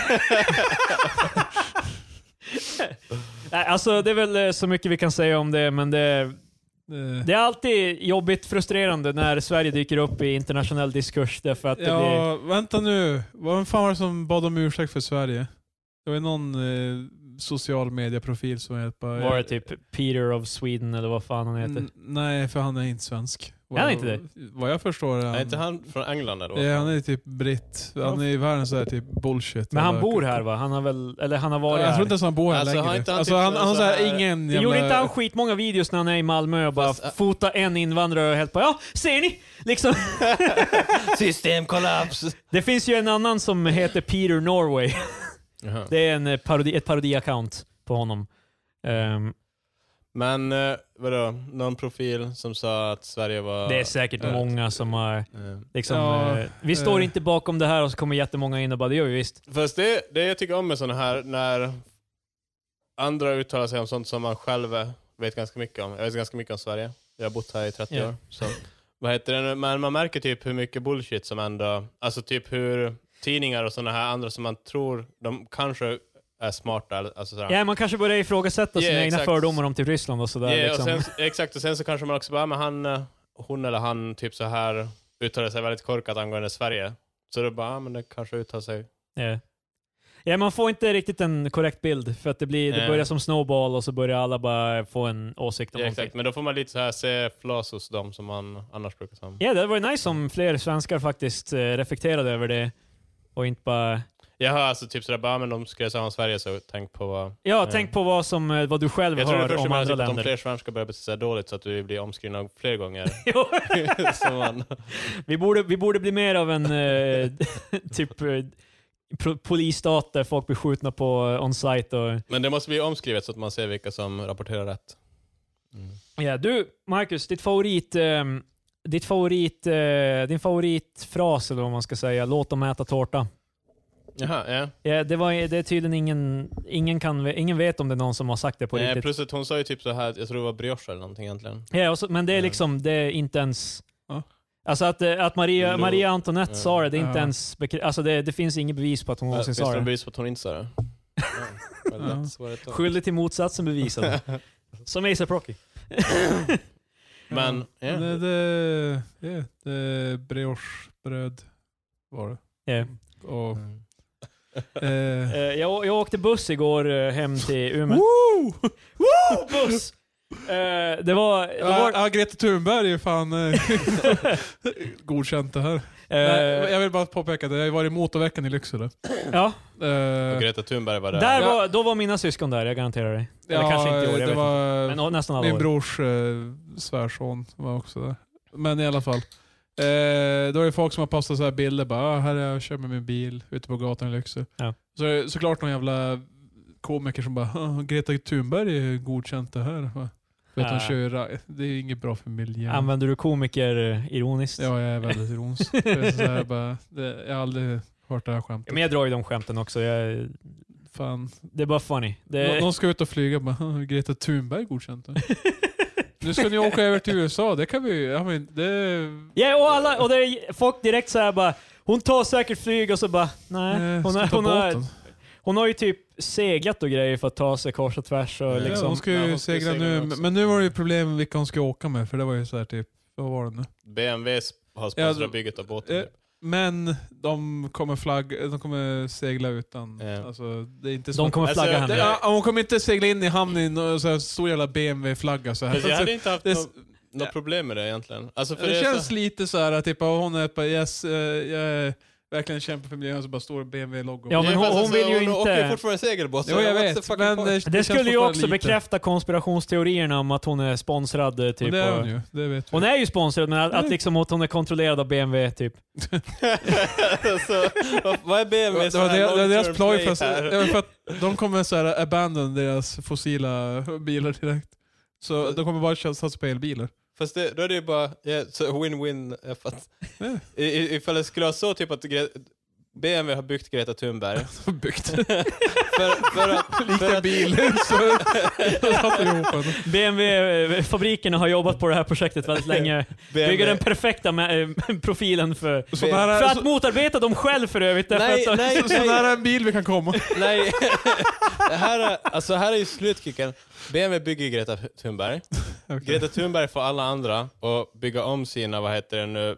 Nej, alltså det är väl eh, så mycket vi kan säga om det, men det, Eh, det är alltid jobbigt, frustrerande när Sverige dyker upp i internationell diskurs, därför att det blir... ja, vänta nu. Vad fan var det som bad om ursäkt för Sverige? Det var någon eh, social media-profil som heter bara... Var det typ Peter of Sweden eller vad fan han heter? N- nej, för han är inte svensk. Är han inte det? Vad jag förstår är han... Är inte han från England eller? vad Ja, fan? han är typ britt. Han är i världen så här typ bullshit. Men han Eller- bor här va? Han har väl, eller han har varit Jag tror här. inte ens han bor här Alltså, längre. har inte han alltså, typ han, han har så så här här- ingen Det jävla... gjorde inte han skitmånga videos när han är i Malmö och bara Fast, äh, fota en invandrare och helt bara, ja, ser ni? Liksom. Systemkollaps! Det finns ju en annan som heter Peter Norway. Jaha. Det är en eh, parodi, ett parodi-account. på honom. Um, Men eh, vadå, någon profil som sa att Sverige var... det är säkert äh, många som har... äh. Liksom, Ja, eh, vi står eh. inte bakom det här och så kommer jättemånga in och bara, det gör vi visst. Fast det, det jag tycker om med sådana här, när andra uttalar sig om sånt som man själv vet ganska mycket om. Jag vet ganska mycket om Sverige. Jag har bott här i trettio Ja. år. Så, vad heter det nu? Men man märker typ hur mycket bullshit som ändå... Alltså typ hur tidningar och sådana här andra som man tror, de kanske är smarta. Alltså sådär. Ja, man kanske börjar ifrågasätta Yeah, sina egna exakt. fördomar om till Ryssland och sådär. Ja, liksom. och sen, exakt, och sen så kanske man också bara, men han, eh, hon eller han typ så här uttalar sig väldigt korkat angående Sverige. Så då bara, ah, men det kanske uttalar sig. Ja. Ja, man får inte riktigt en korrekt bild för att det, blir, det Ja. börjar som snowball och så börjar alla bara få en åsikt om Ja, någonting. exakt, men då får man lite så här se flas hos dem som man annars brukar ta. Ja, det var ju nice om fler svenskar faktiskt eh, reflekterade över det och inte bara... Jag hör alltså typ sådär, bara, men de skrev så om Sverige, så tänk på vad... Ja, eh, tänk på vad, som, eh, vad du själv Jag tror det hör första om man andra typ att om länder. fler svenskar börjar bete sig dåligt så att du blir omskrivna fler gånger. Jo. Så man, vi, borde, vi borde bli mer av en eh, typ eh, pro- polisstat där folk blir skjutna på eh, on-site. Och... men det måste bli omskrivet så att man ser vilka som rapporterar rätt. Mm. Ja, du, Marcus, ditt favorit... Eh, ditt favorit eh, din favoritfras, eller vad man ska säga, låt dem äta tårta. Jaha, ja. Ja, det, var, det är tydligen ingen... Ingen, kan, ingen vet om det är någon som har sagt det på Nej, riktigt. plus att hon sa ju typ så här, jag tror det var brioche eller någonting egentligen. Ja, och så, men det är Ja. liksom, det är inte ens... Ja. Alltså att, eh, att Maria, Lo- Maria Antoinette Ja. sa det, det är inte Ja. ens... Bekri- alltså det, det finns inget bevis på att hon någonsin Finns sa det någon det. bevis på att hon inte sa det? Ja, well, Ja. that's what I thought. Skyldig till motsatsen bevisad. Som A$AP Rocky. Men, ja. Det, det, ja, det är briochebröd var det. Ja. Och, Mm. eh, Eh, jag, jag åkte buss igår eh, hem till Umeå. Woo! Woo! Buss! Eh, det var... Det Ja, var ja, Greta Thunberg är fan eh, godkänt det här. eh, Nej, jag vill bara påpeka att jag har varit i motorveckan i Lycksele. ja, Eh, Och Greta Thunberg var där. där Ja. var, då var mina syskon där, jag garanterar dig. Eller ja, kanske inte i år, jag det vet var inte. Men å, nästan alla min år. brors eh, svärson var också där. Men i alla fall. Eh, då är det folk som har postat så här bilder. Bara, ah, här är jag, kör med min bil ute på gatan i Lycksele. Ja. Så är det såklart någon jävla komiker som bara, ah, Greta Thunberg är godkänt det här. Va? För att Ja. hon kör, ra- det är inget bra för miljön. Använder du komiker eh, ironiskt? Ja, jag är väldigt ironisk. Det är så här, bara, det, jag har aldrig hört det här Ja, skämtet. men jag drar ju de skämten också. Jag, Fan. det är bara funny. Nå- Det, Någon ska ut och flyga bara, ah, Greta Thunberg godkänt det. Nu ska ni åka över till U S A, det kan vi ja, men det ja, och, alla, och det är folk direkt så här bara, hon tar säkert flyg och så bara, nej. eh, Hon, ska har, ta hon, har, båten. hon har ju typ seglat och grejer för att ta sig kors och tvärs. Och Ja, Ja, liksom. hon ska Ja, ju hon ska segla segla nu, nu också. men nu var det ju problem med vilka hon ska åka med, för det var ju så här typ, vad var det nu? B M W har sponsrat Ja, då- bygget av båten. Eh, Men de kommer flagg, de kommer segla utan, Ja. alltså det är inte så De att- kommer Alltså, flagga det- henne. Ja, hon kommer inte segla in i hamnen och så här stor jävla B M W-flagga så här. Fast jag Alltså, hade inte haft det, något något problem med det egentligen. Alltså för det, det, är känns så, lite så här typ, hon är bara yes, eh, jag är verkligen kämpar för miljön, så bara står B M W-logo. Ja, men hon- fast hon vill ju hon inte- åker ju fortfarande segelbåt. så Jo, jag what's the vet, fucking men point? det, Det känns skulle ju fortfarande också lite. bekräfta konspirationsteorierna om att hon är sponsrad. eh, Typ, Och det är hon och- ju, det vet vi. Hon är ju sponsrad, men att, att Mm. liksom att hon är kontrollerad av B M W typ. så, vad, vad är B M W Det var, det, det var deras ploj för, här? att- ja, för att de kommer så här abandon deras fossila bilar direkt. Så de kommer bara köra satsa på elbilar. Fast det, då är det ju bara ja, så win-win. eh, För att, Ja. i, i- ifall det skulle vara så typ att Gre- B M W har byggt Greta Thunberg. Byggt. för, för att, Likt för en att, bil. Så satte vi ihop den. B M W-fabrikerna har jobbat på det här projektet väldigt länge. B M W Bygger den perfekta med, äh, profilen för, Så nära, för att så, motarbeta dem själv för övrigt. därför Nej, att de, nej. så, så nära en bil vi kan komma. Nej, det här är, alltså här är ju slutkicken. B M W bygger Greta Thunberg. Okay. Greta Thunberg får alla andra att bygga om sina, vad heter det nu,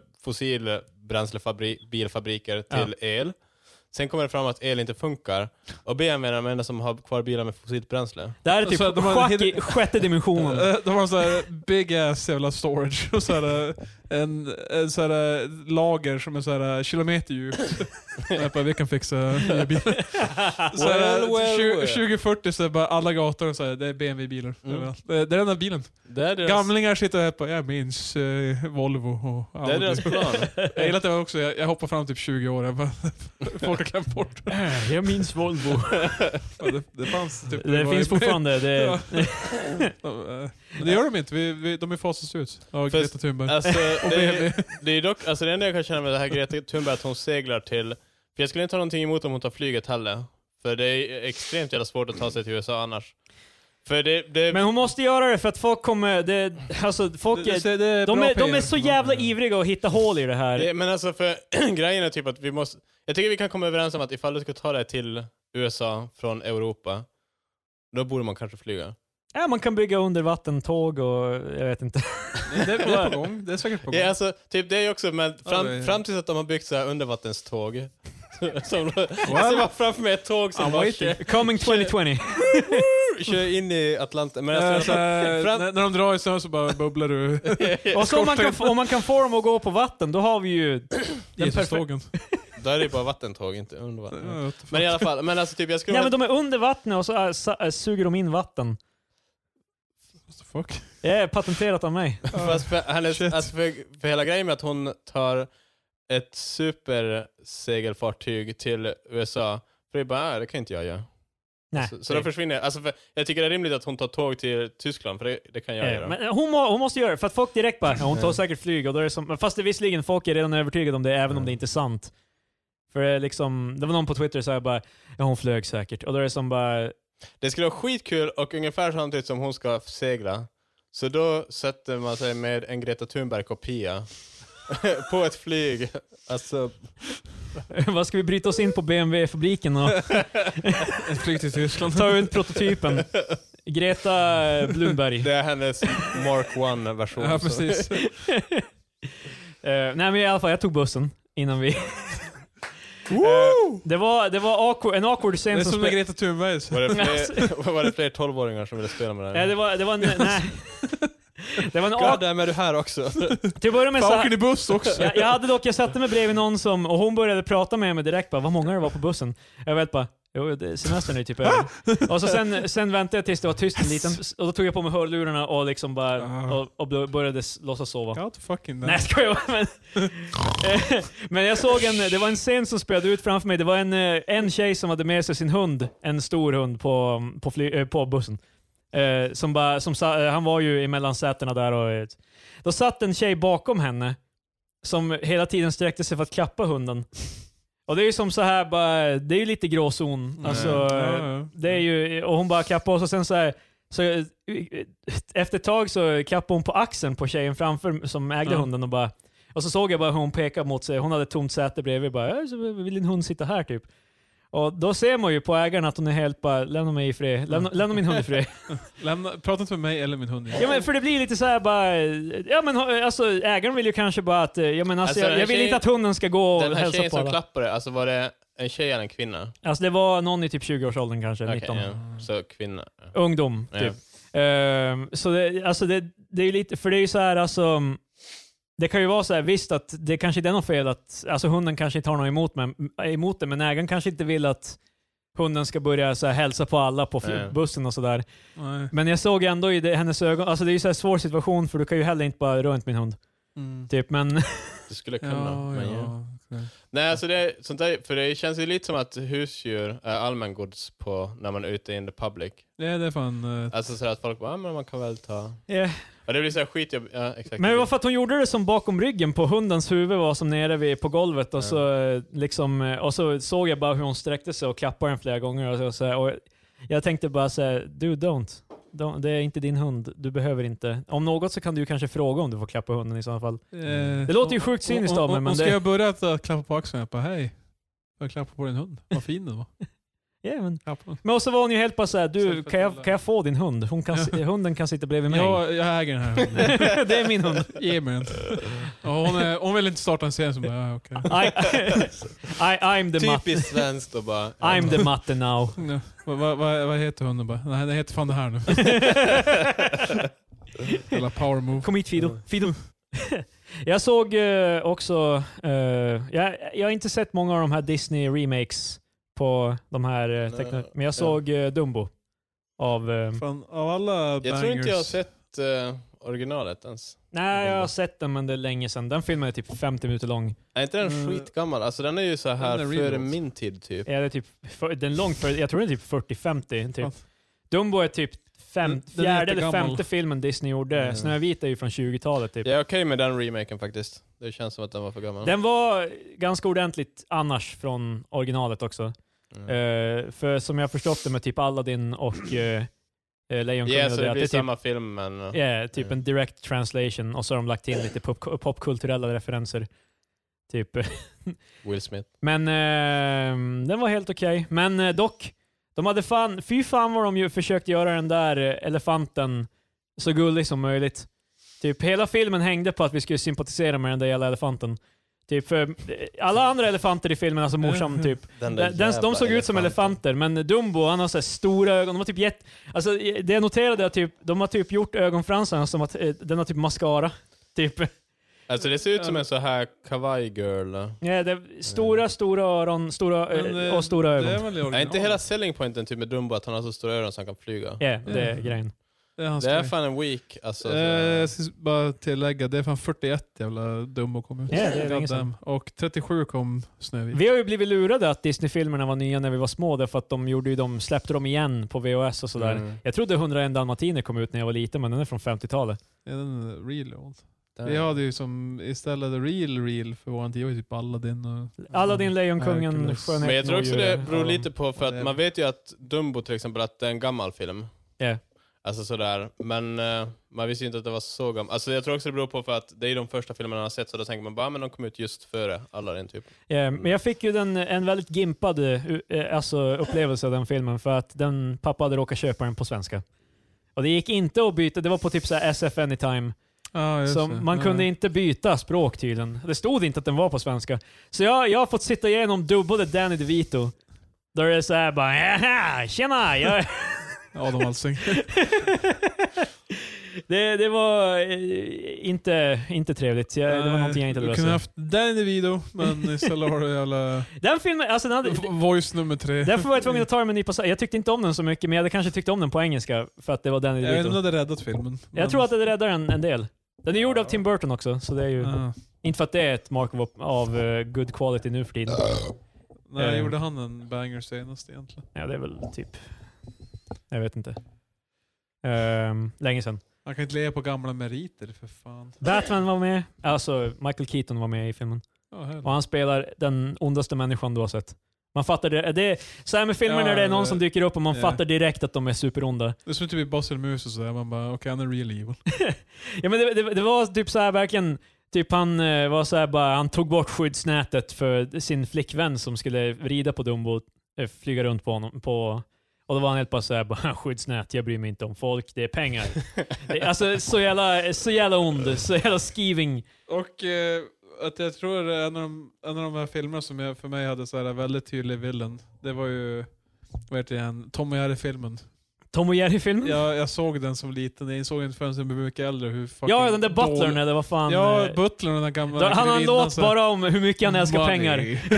fossilbränslebilfabriker till el. Sen kommer det fram att el inte funkar. Och B M W är de enda som har kvar bilar med fossilt bränsle. det här är typ Så de har schack i hidden- sjätte dimensionen. Eh, De har så här big ass jävla storage och så här, en, en så här lager som är så här kilometer djupt. Jag bara, vi kan fixa nya bilar. Så här, Well, well, tjugo, well. tjugo fyrtio så är bara alla gator och så här, det är B M W-bilar. Mm. Det, är- det är den där bilen. Det är deras, Gamlingar sitter här på, jag minns eh, Volvo och det är Audi. deras plan. Jag gillar att jag också, jag, jag hoppar fram typ tjugo år. Jag bara, folk har klämt bort. Jag minns Volvo. Ja, det, det fanns typ. Det var finns i- fortfarande. Det, Ja. Men det gör de inte, vi, vi, de är fasas ut. Ja, Fast- Greta Thunberg. Alltså, Och det, B M W. är, det är dock, alltså det enda jag kan känna med det här Greta Thunberg att hon seglar till, för jag skulle inte ha någonting emot om hon tar flyget heller. För det är extremt jävla svårt att ta sig till U S A annars. För det, det men hon måste göra det för att folk kommer... Det, alltså, folk Det- är, det- det är de, bra är, de P R. är så jävla ivriga att hitta hål i det här. Det, men alltså för grejen är typ att vi måste, jag tycker vi kan komma överens om att ifall du ska ta det till U S A från Europa, då borde man kanske flyga. Ja, man kan bygga undervattentåg och jag vet inte. Det, det är på gång, det är säkert på gång. Ja, alltså, typ det är också, men fram, Ja, det är- fram tills att de har byggt så här undervattenståg. som, jag ser bara framför mig ett tåg som I'm bara waiting. kör, Coming twenty twenty. kör in i Atlanten. Men Äh, alltså, så här, fram- när, när de drar i snö så bara bubblar du. Och så om man, kan, få- om man kan få dem att gå på vatten, då har vi ju den perfekta... Jesus-tågen. Där är det bara vattentåg, inte undervatten. Ja, what the fuck. Men i alla fall, men alltså typ jag skulle Ja, vilja- men de är under vattnet och så äh, sa- äh, suger de in vatten. What the fuck? Det är patenterat av mig. Fast för, hennes, Shit. alltså för, för hela grejen med att hon tar ett supersegelfartyg till U S A, för det är bara, äh, det kan inte jag göra. Nej. Så, så då försvinner, alltså för, jag tycker det är rimligt att hon tar tåg till Tyskland, för det, det kan jag Eh, göra. Men hon, må, hon måste göra det, för att folk direkt bara, ja, hon tar säkert flyg. Och då är det som, fast det visserligen, folk är redan övertygade om det, även om det inte är sant. För det, är liksom, det var någon på Twitter som bara, ja hon flög säkert. Och då är det som bara, Det skulle vara skitkul, och ungefär samtidigt som hon ska segla, så då sätter man sig med en Greta Thunberg-kopia på ett flyg. Alltså, vad ska vi bryta oss in på B M W-fabriken och Ett flyg till Tyskland. ta ut prototypen? Greta eh, Blumberg. det är hennes Mark one-version. Ja, så. precis. Eh, nej men i alla fall, jag tog bussen innan vi... Eh, det var, det var awkward, en awkward Det scen är som som med spe- Greta Thunberg. Var det fler, var det fler tolvåringar som ville spela med den? Nej, det var, det var en... Nej. Det var en God awkward... damn, är du här också? Till att börja med så Fan, här, åker ni buss också? jag, jag hade dock, jag satte mig bredvid någon som, och hon började prata med mig direkt, bara, vad många det var på bussen. Jag vet bara, jo, det, semestern är typ över. Och så sen, sen väntade jag tills det var tyst en liten, och då tog jag på mig hörlurarna och liksom bara, och, och bl- började s- låtsas sova. God fucking Nej, ska jag men, Eh, men jag såg en, det var en scen som spelade ut framför mig. Det var en, eh, en tjej som hade med sig sin hund, en stor hund på, på, fly, eh, på bussen. Eh, som bara, som sa, eh, han var ju emellan sätena där och eh, då satt en tjej bakom henne som hela tiden sträckte sig för att klappa hunden. Och det är ju som så här bara, det är ju lite gråzon. Alltså, Ja, eh, ja. det är ju, och hon bara klappade oss och sen så här, så eh, efter ett tag så klappade hon på axeln på tjejen framför som ägde Ja. hunden och bara, och så såg jag bara hur hon pekade mot sig. Hon hade ett tomt säte bredvid. Bara, "Ja, så vill din hund sitta här typ? Och då ser man ju på ägaren att hon är helt bara, lämna mig i fred. Lämna, lämna min hund i fred. Lämna, prata inte med mig eller min hund. Ja, men för det blir lite så här bara, ja men alltså ägaren vill ju kanske bara att, ja men alltså, Alltså, jag, den jag vill tjej- inte att hunden ska gå och Den här hälsa tjejen på som alla. klappade, alltså var det en tjej eller en kvinna? Alltså det var någon i typ tjugo-årsåldern kanske, Okej, nitton. ja. Så kvinna. Ungdom, Ja. typ. Ehm, så det, alltså det, det är ju lite, för det är ju så här alltså, det kan ju vara så här, visst att det kanske inte är något fel att, alltså hunden kanske inte har något emot, men, emot det, men ägaren kanske inte vill att hunden ska börja så här, hälsa på alla på fl- Nej. bussen och sådär. Nej. Men jag såg ändå i det, hennes ögon, alltså det är ju så här svår situation för du kan ju heller inte bara runt min hund. Mm. Typ, men Du skulle kunna, Ja, men ja. ja. okej. Nej, alltså det, är, sånt där, för det känns ju lite som att husdjur är allmängods på när man är ute in the public. Det är det är fan... eh, Alltså så att folk bara, ah, men man kan väl ta... yeah. Och det blir så här skitjobb... Ja, exakt. Men det var för att hon gjorde det som bakom ryggen på hundens huvud var som nere vid, på golvet och, Ja. så, eh, liksom, eh, och så såg jag bara hur hon sträckte sig och klappade den flera gånger. Och, så, och, så, och jag tänkte bara säga, dude don't. don't. Det är inte din hund, du behöver inte. Om något så kan du ju kanske fråga om du får klappa hunden i så fall. eh, Det låter ju sjukt cyniskt av mig, men och ska det- jag börja att uh, klappa på axeln? Jag bara, hej. Jag klappar på din hund. Vad fin den var. Yeah, men. Klappa. men och så var hon ju helt bara såhär, du, Istället för kan jag, att- kan jag få din hund? Hon kan, Ja. Hunden kan sitta bredvid mig. Jag, jag äger den här hunden. Det är min hund. Ge mig den. Och hon, är, hon vill inte starta en scen som bara, ja, okej. I, I, I'm the matte. Typiskt svenskt och bara... I'm the matte now. Ja, vad, vad, vad, vad heter hunden bara? Nej, den heter fan det här nu. Eller power move. Kom hit Fido. Fido. Jag såg uh, också, uh, jag, jag har inte sett många av de här Disney-remakes på de här uh, tecknade, men jag såg uh, Dumbo. Av, uh, Fan, av alla bangers. Jag tror inte jag har sett uh, originalet ens. Nej, jag har sett den, men det är länge sedan. Den filmen är typ femtio minuter lång. Är inte den Mm. skitgammal? Alltså den är ju så här Den är före real. min tid typ. Ja, det är typ, för, den är lång för, jag tror den är typ fyrtio femtio. Typ. Fan. Dumbo är typ fem, Den- den är fjärde eller jättegammal. femte filmen Disney gjorde. Mm. Snövit är ju från tjugotalet typ. Jag är okej med den remaken faktiskt. Det känns som att den var för gammal. Den var ganska ordentligt annars från originalet också. Mm. Eh, för som jag har förstått det med typ Aladdin och uh, Lejonkungen. Ja, så och det att blir är typ, samma film men... uh, yeah, typ Mm. en direct translation och så har de lagt in lite pop- popkulturella referenser. Typ. Will Smith. Men eh, den var helt okej. Men eh, dock, de hade fan, fy fan vad de ju försökt göra den där eh, elefanten så gullig som möjligt. Typ hela filmen hängde på att vi skulle sympatisera med den där jävla elefanten. Typ för eh, alla andra elefanter i filmen, alltså morsan typ. Den Den, den, de såg ut som elefanter, men Dumbo, han har så här stora ögon. De var typ jätte... Alltså, det jag noterade är att typ, de har typ gjort ögonfransarna som att eh, den har typ mascara. Typ. Alltså det ser ut som en så här kawaii girl. Ja, det är stora, stora öron stora, Men, eh, eh, och stora ögon. Det är väl i Är original? inte hela selling pointen typ med Dumbo att han har så stora öron så han kan flyga? Ja, det är Ja. grejen. Det är, hans Det är grej. fan en week. Alltså, Eh, jag ska bara tillägga, det är fan fyrtioett jävla Dumbo kom ut. Ja, det är länge God sedan. damn. Och trettiosju kom Snövit. Vi har ju blivit lurade att Disney-filmerna var nya när vi var små, därför att de, gjorde ju, de släppte dem igen på V H S och sådär. Mm. Jag trodde hundraett dalmatiner kom ut när jag var liten, men den är från femtiotalet. Ja, den är real old. Den- Vi hade ju som istället real real för våran tid var ju typ Aladdin och... Aladdin, Lejonkungen, Hercules. Skönheten Men jag tror och också det djuren. beror Ja. lite på, för Ja, att det är- man vet ju att Dumbo till exempel, att det är en gammal film. Ja. Alltså sådär, men uh, man visste ju inte att det var så gammalt. Alltså jag tror också det beror på för att det är de första filmerna man har sett, så då tänker man bara, men de kom ut just före Aladdin typ. Ja, men jag fick ju den, en väldigt gimpad eh, eh, alltså, upplevelse av den filmen, för att den pappa hade råkat köpa den på svenska. Och det gick inte att byta, det var på typ så här S F Anytime. Ah, just Så det. man Ja. kunde inte byta språk tydligen. Det stod inte att den var på svenska. Så jag, jag har fått sitta igenom dubbade Danny DeVito. Där det är såhär bara, jaha, tjena! Jag... Adam Alsing. det, det var eh, inte, inte trevligt. Jag, det var någonting jag inte Du hade kunde velat haft den i video, men istället har du jävla... se. Den filmen, alltså den hade... Voice nummer tre. Därför var jag tvungen att ta den med en nypa salt. Jag tyckte inte om den så mycket, men jag hade kanske tyckt om den på engelska för att det var Danny Jag vet inte om DeVito. det hade räddat filmen. Jag tror att det räddar en, en del. Den är gjord av Tim Burton också, så det är ju... Ah. Inte för att det är ett mark of, av uh, good quality nu för tiden. När Eh. gjorde han en banger senast egentligen? Ja, det är väl typ... Jag vet inte. Um, länge sedan. Han kan inte leva på gamla meriter för fan. Batman var med. Alltså, Michael Keaton var med i filmen. Ja, här. Och han spelar den ondaste människan du har sett. Man fattar det. det är, så här med filmer Ja, när det är någon det- som dyker upp och man ja. fattar direkt att de är superonda. Det är som typ i Basil Mus och sådär. Man bara, okej okay, han är real evil. Ja, men det, det, det var typ så här verkligen... Typ han eh, var så här bara, han tog bort skyddsnätet för sin flickvän som skulle rida på Dumbo, eh, flyga runt på honom. På, och då var han helt bara så här, bara, skyddsnät, jag bryr mig inte om folk, det är pengar. Det, alltså så jävla, så jävla ond, så jävla skiving. Och eh, att jag tror en av, de, en av de här filmerna som jag, för mig hade så här väldigt tydlig villain, det var ju vad heter det igen? Tom och Jerry-filmen. Tom och Jerry-filmen? Ja, Jag, jag såg den som liten, jag insåg inte förrän jag blev mycket äldre hur fucking ja, den där butlern, dålig- eller vad fan. Ja, eh, butlern, den där gamla då, han har en grevinnan, låt så- bara om hur mycket han älskar Money. pengar.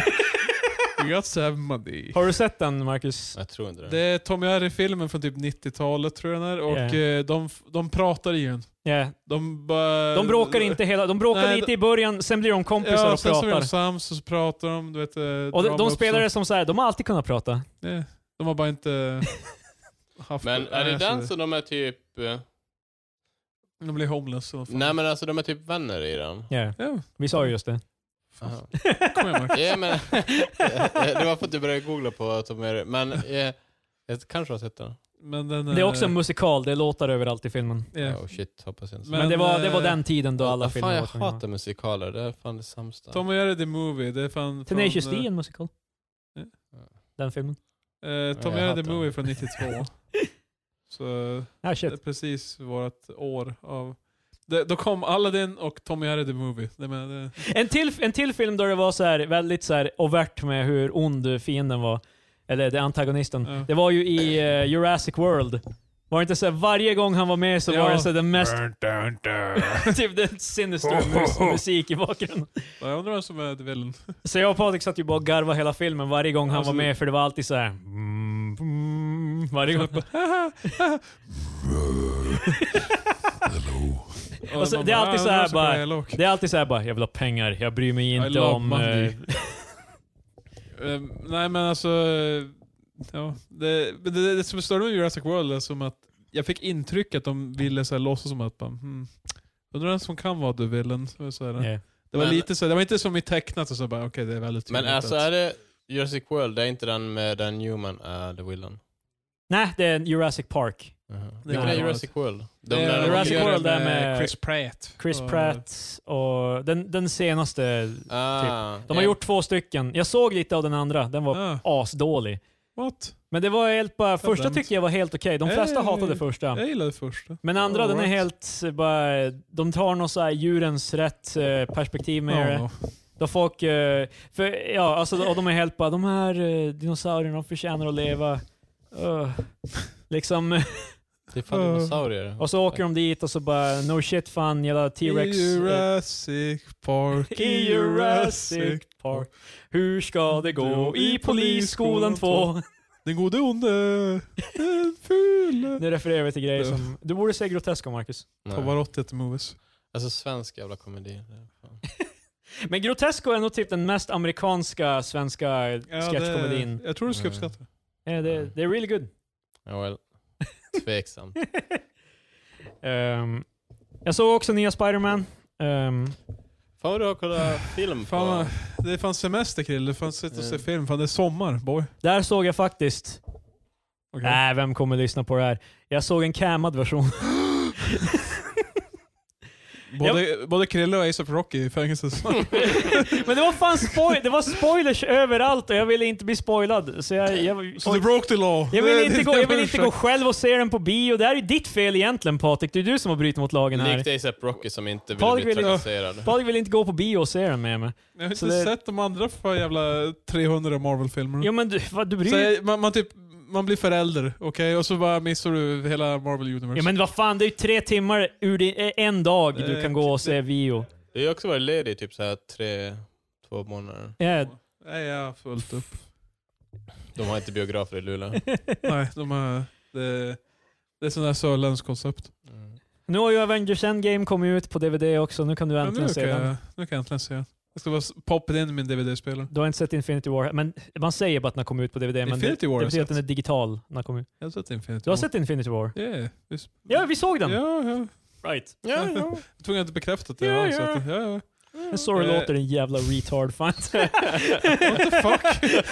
You got to have money. Har du sett den, Marcus? Jag tror inte det. Det är Tom och Jerry-filmen från typ nittiotalet tror jag den är. Och Yeah. eh, de, de pratar i den. Ja. De, bara, De bråkar inte hela... De bråkar Nej, lite i början, sen blir de kompisar Ja, och sen så är pratar. de sams och så pratar de. Du vet, eh, Och de, drama de uppstår. spelar det som så här, de har alltid kunnat prata. Nej, de har bara inte haft... Men är det nej, den så- som de är typ... eh, De blir homeless. Och Nej men alltså de är typ vänner i den. Ja, Ja, vi sa ju just det. Aha. kom igen Mark. Ja men... det var för att du började googla på Tom och Jerry. Men eh, jag kanske har sett den. Men den, Det är också en musikal, det låtar överallt i filmen. yeah. Oh shit, hoppas jag inte. Men, Men, det, var, det var eh, den tiden då alla Vad filmer fan, jag var tvungna. hatar musikaler. Det är fan det sämsta. Tom och Jerry the Movie, det är fan Tenacious från, D, en musikal. Ja. Den filmen. eh, Tom jag och Jerry hatar the den. Movie från nittiotvå. Så Ah, det är shit. precis vårt år av... Det, då kom Aladdin och Tom och Jerry the Movie. Det med, det, En till, en till film där det var så här väldigt så här overt med hur ond fienden var. Eller det antagonisten. Ja. Det var ju i uh, Jurassic World. Var det inte så här, varje gång han var med så Ja. var det så här, den mest... Dun, dun, dun. typ den sinister mus- musik i bakgrunden. Jag undrar vem som är the villain. Så jag och Patrik satt ju bara och garva hela filmen varje gång han Alltså- var med, för det var alltid så här. Mm, mm, varje gång. Och så, man det är bara, alltid "Ah, så här det är så bra bara, dialog." det är alltid så här bara, jag vill ha pengar, jag bryr mig I inte love om... money. eh, Ehm, nej men alltså, eh, ja, det, det, det, det som störde med Jurassic World är som att jag fick intryck att de ville så här, låtsas som att bara, hmm, undrar vem som kan vara The Villain. Så, så här, yeah. Det var Men- lite så, det var inte som i tecknat och så bara, okej okay, det är väldigt Men tydligt alltså att- är det Jurassic World, det är inte den med den Newman, uh, the villain. Nej, det är Jurassic Park. Uh-huh. Det Det är är det. Jurassic World. De Det är där- Jurassic de gör World det där med Chris Pratt. Chris Och- Pratt och den, den senaste. Ah, De har ja. gjort två stycken. Jag såg lite av den andra, den var Ah, asdålig. what? Men det var helt bara, första Jävlar. tycker jag var helt okej. De flesta Hey. hatade första. Jag gillade första. Men andra, den är Alright. helt eh, bara, de tar något så här djurens rätt eh, perspektiv med det. Ja, Då folk, eh, för, ja, alltså, och de är helt bara, de här eh, dinosaurierna de förtjänar att leva. Uh, liksom, Det är fan dinosaurier. och så åker de dit och så bara, no shit fan, jävla T-Rex. I eh, Jurassic Park. I Jurassic Park. Hur ska det gå i Polisskolan två? Den gode onde. Den fule. Nu refererar vi till grejer som... Du borde säga Grotesco, Marcus. Nej. Pavarotti till movies. Alltså svensk jävla komedi. Det är fan. Men Grotesco är nog typ den mest amerikanska svenska sketchkomedin. Jag tror du ska Mm. uppskatta. Ja, det, det är really good. Ja, well. Tveksamt. um, jag såg också nya Spider-Man. Um, Fan vad du har kollat film på. Fan, det är fan semester Krill. Det fanns sitta och se Mm. film. Fan det är sommar boy. där såg jag faktiskt... Okay. Nej, vem kommer lyssna på det här? Jag såg en cammad version. Både, både Krille och Ace of Rocky i fängelset. Men det var fan spoil det var spoilers överallt och jag ville inte bli spoilad. Så jag, jag, Så du broke the law. jag vill inte, gå, jag vill Det- inte gå själv och se den på bio. Det här är ju ditt fel egentligen, Patrik. Det är du som har brutit mot lagen här. Likt A$AP Rocky som inte vill Patrik bli vill- trakasserad. Patrik vill inte gå på bio och se den med mig. Jag har Så inte det- sett de andra för jävla trehundra Marvel-filmer. Jo men du, vad, du bryr Så dig. jag- man, man, typ, man blir förälder, okej? Och så bara missar du hela Marvel Universe. Ja men vad fan, det är ju tre timmar ur din, eh, en dag du Eh, kan gå och det- se bio. Det har ju också varit ledig typ så här tre, två månader. Ja, Nej, jag har fullt upp. De har inte biografer i Luleå. Nej, de har... Det, det är sån där sörländskt koncept. Mm. nu har ju Avengers Endgame kommit ut på D V D också, nu kan du Ja, äntligen nu, se kan den. jag, nu kan jag äntligen se den. Jag ska bara s- poppa in i min D V D-spelare. Du har inte sett Infinity War, men man säger bara att den har kommit ut på D V D, men det, Infinity det War har jag betyder att den är sett. digital när den kommer ut. Jag har sett Infinity Du har War. sett Infinity War? Yeah, visst. Ja, vi såg den! Ja, ja. Right. Ja, ja. Jag var tvungen att bekräfta det. Ja, Ja, ja. Så att, ja, ja. Men så det Eh. låter en jävla retard fan. What the fuck?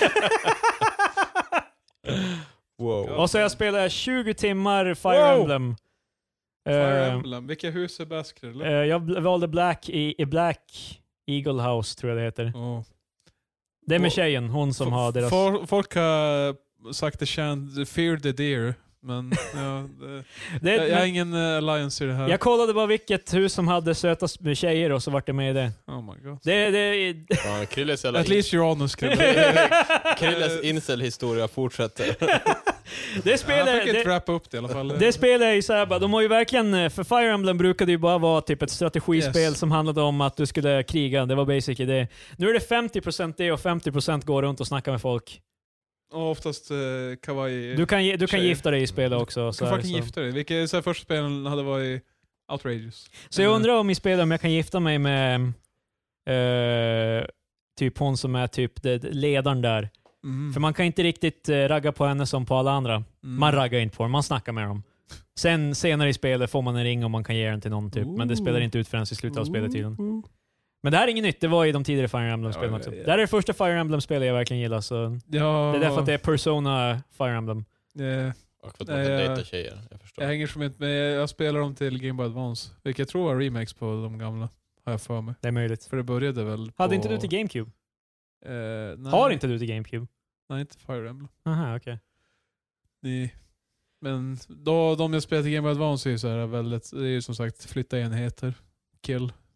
Wow. Och så jag spelar tjugo timmar Fire Wow. Emblem. Fire Eh, Emblem. Vilka hus är bäst Krille? eh, jag bl- valde Black i, i Black Eagle House, tror jag det heter. Oh. Det är med Och- tjejen, hon som F- har deras... Fol- folk har sagt det känd, fear the deer. Men ja, det, Det, jag, jag har men, ingen uh, alliance i det här. jag kollade bara vilket hus som hade sötast med tjejer och så vart det med i det. Oh my god. Det, det, Fan, Krilles jävla At least you're honest Krille. Krilles incel-historia fortsätter. det Jag spelar... fick inte Det, wrappa upp det i alla fall. det spelar är ju såhär bara, de har ju verkligen, för Fire Emblem brukade ju bara vara typ ett strategispel Yes. som handlade om att du skulle kriga, det var basically det. Nu är det femtio procent det och femtio procent går runt och snacka med folk. Och oftast uh, kawaii. Du kan, ge- du kan Tjejer. gifta dig i spelet också. Du Så, kan här, fucking så. gifta dig. Vilka så här, första spelen hade varit outrageous. så jag undrar om i spelet om jag kan gifta mig med eh, typ hon som är typ det, ledaren där. Mm. För man kan inte riktigt eh, ragga på henne som på alla andra. Mm. Man raggar inte på dem, man snackar med dem. Sen senare i spelet får man en ring och man kan ge den till någon typ. Men det spelar inte ut förrän i slutet av speletiden. Ooh. Men det här är inget nytt, det var i de tidigare Fire Emblem-spelen Ja, också. ja, ja. Det här är det första Fire Emblem-spelet jag verkligen gillar. Så Ja, det är därför att det är Persona Fire Emblem. det- Och för att man Nej, kan jag- dejta tjejer. Jag förstår. jag hänger som inte med. Jag spelar dem till Game Boy Advance. Vilket jag tror var remakes på de gamla. Har jag för mig. Det är möjligt. För det började väl Hade på, inte du till GameCube? Eh, nej, Har inte du till GameCube? Nej, inte Fire Emblem. Aha, okej. Ni, men då, de jag spelar till Game Boy Advance är ju så här väldigt, det är ju som sagt flytta enheter, kill,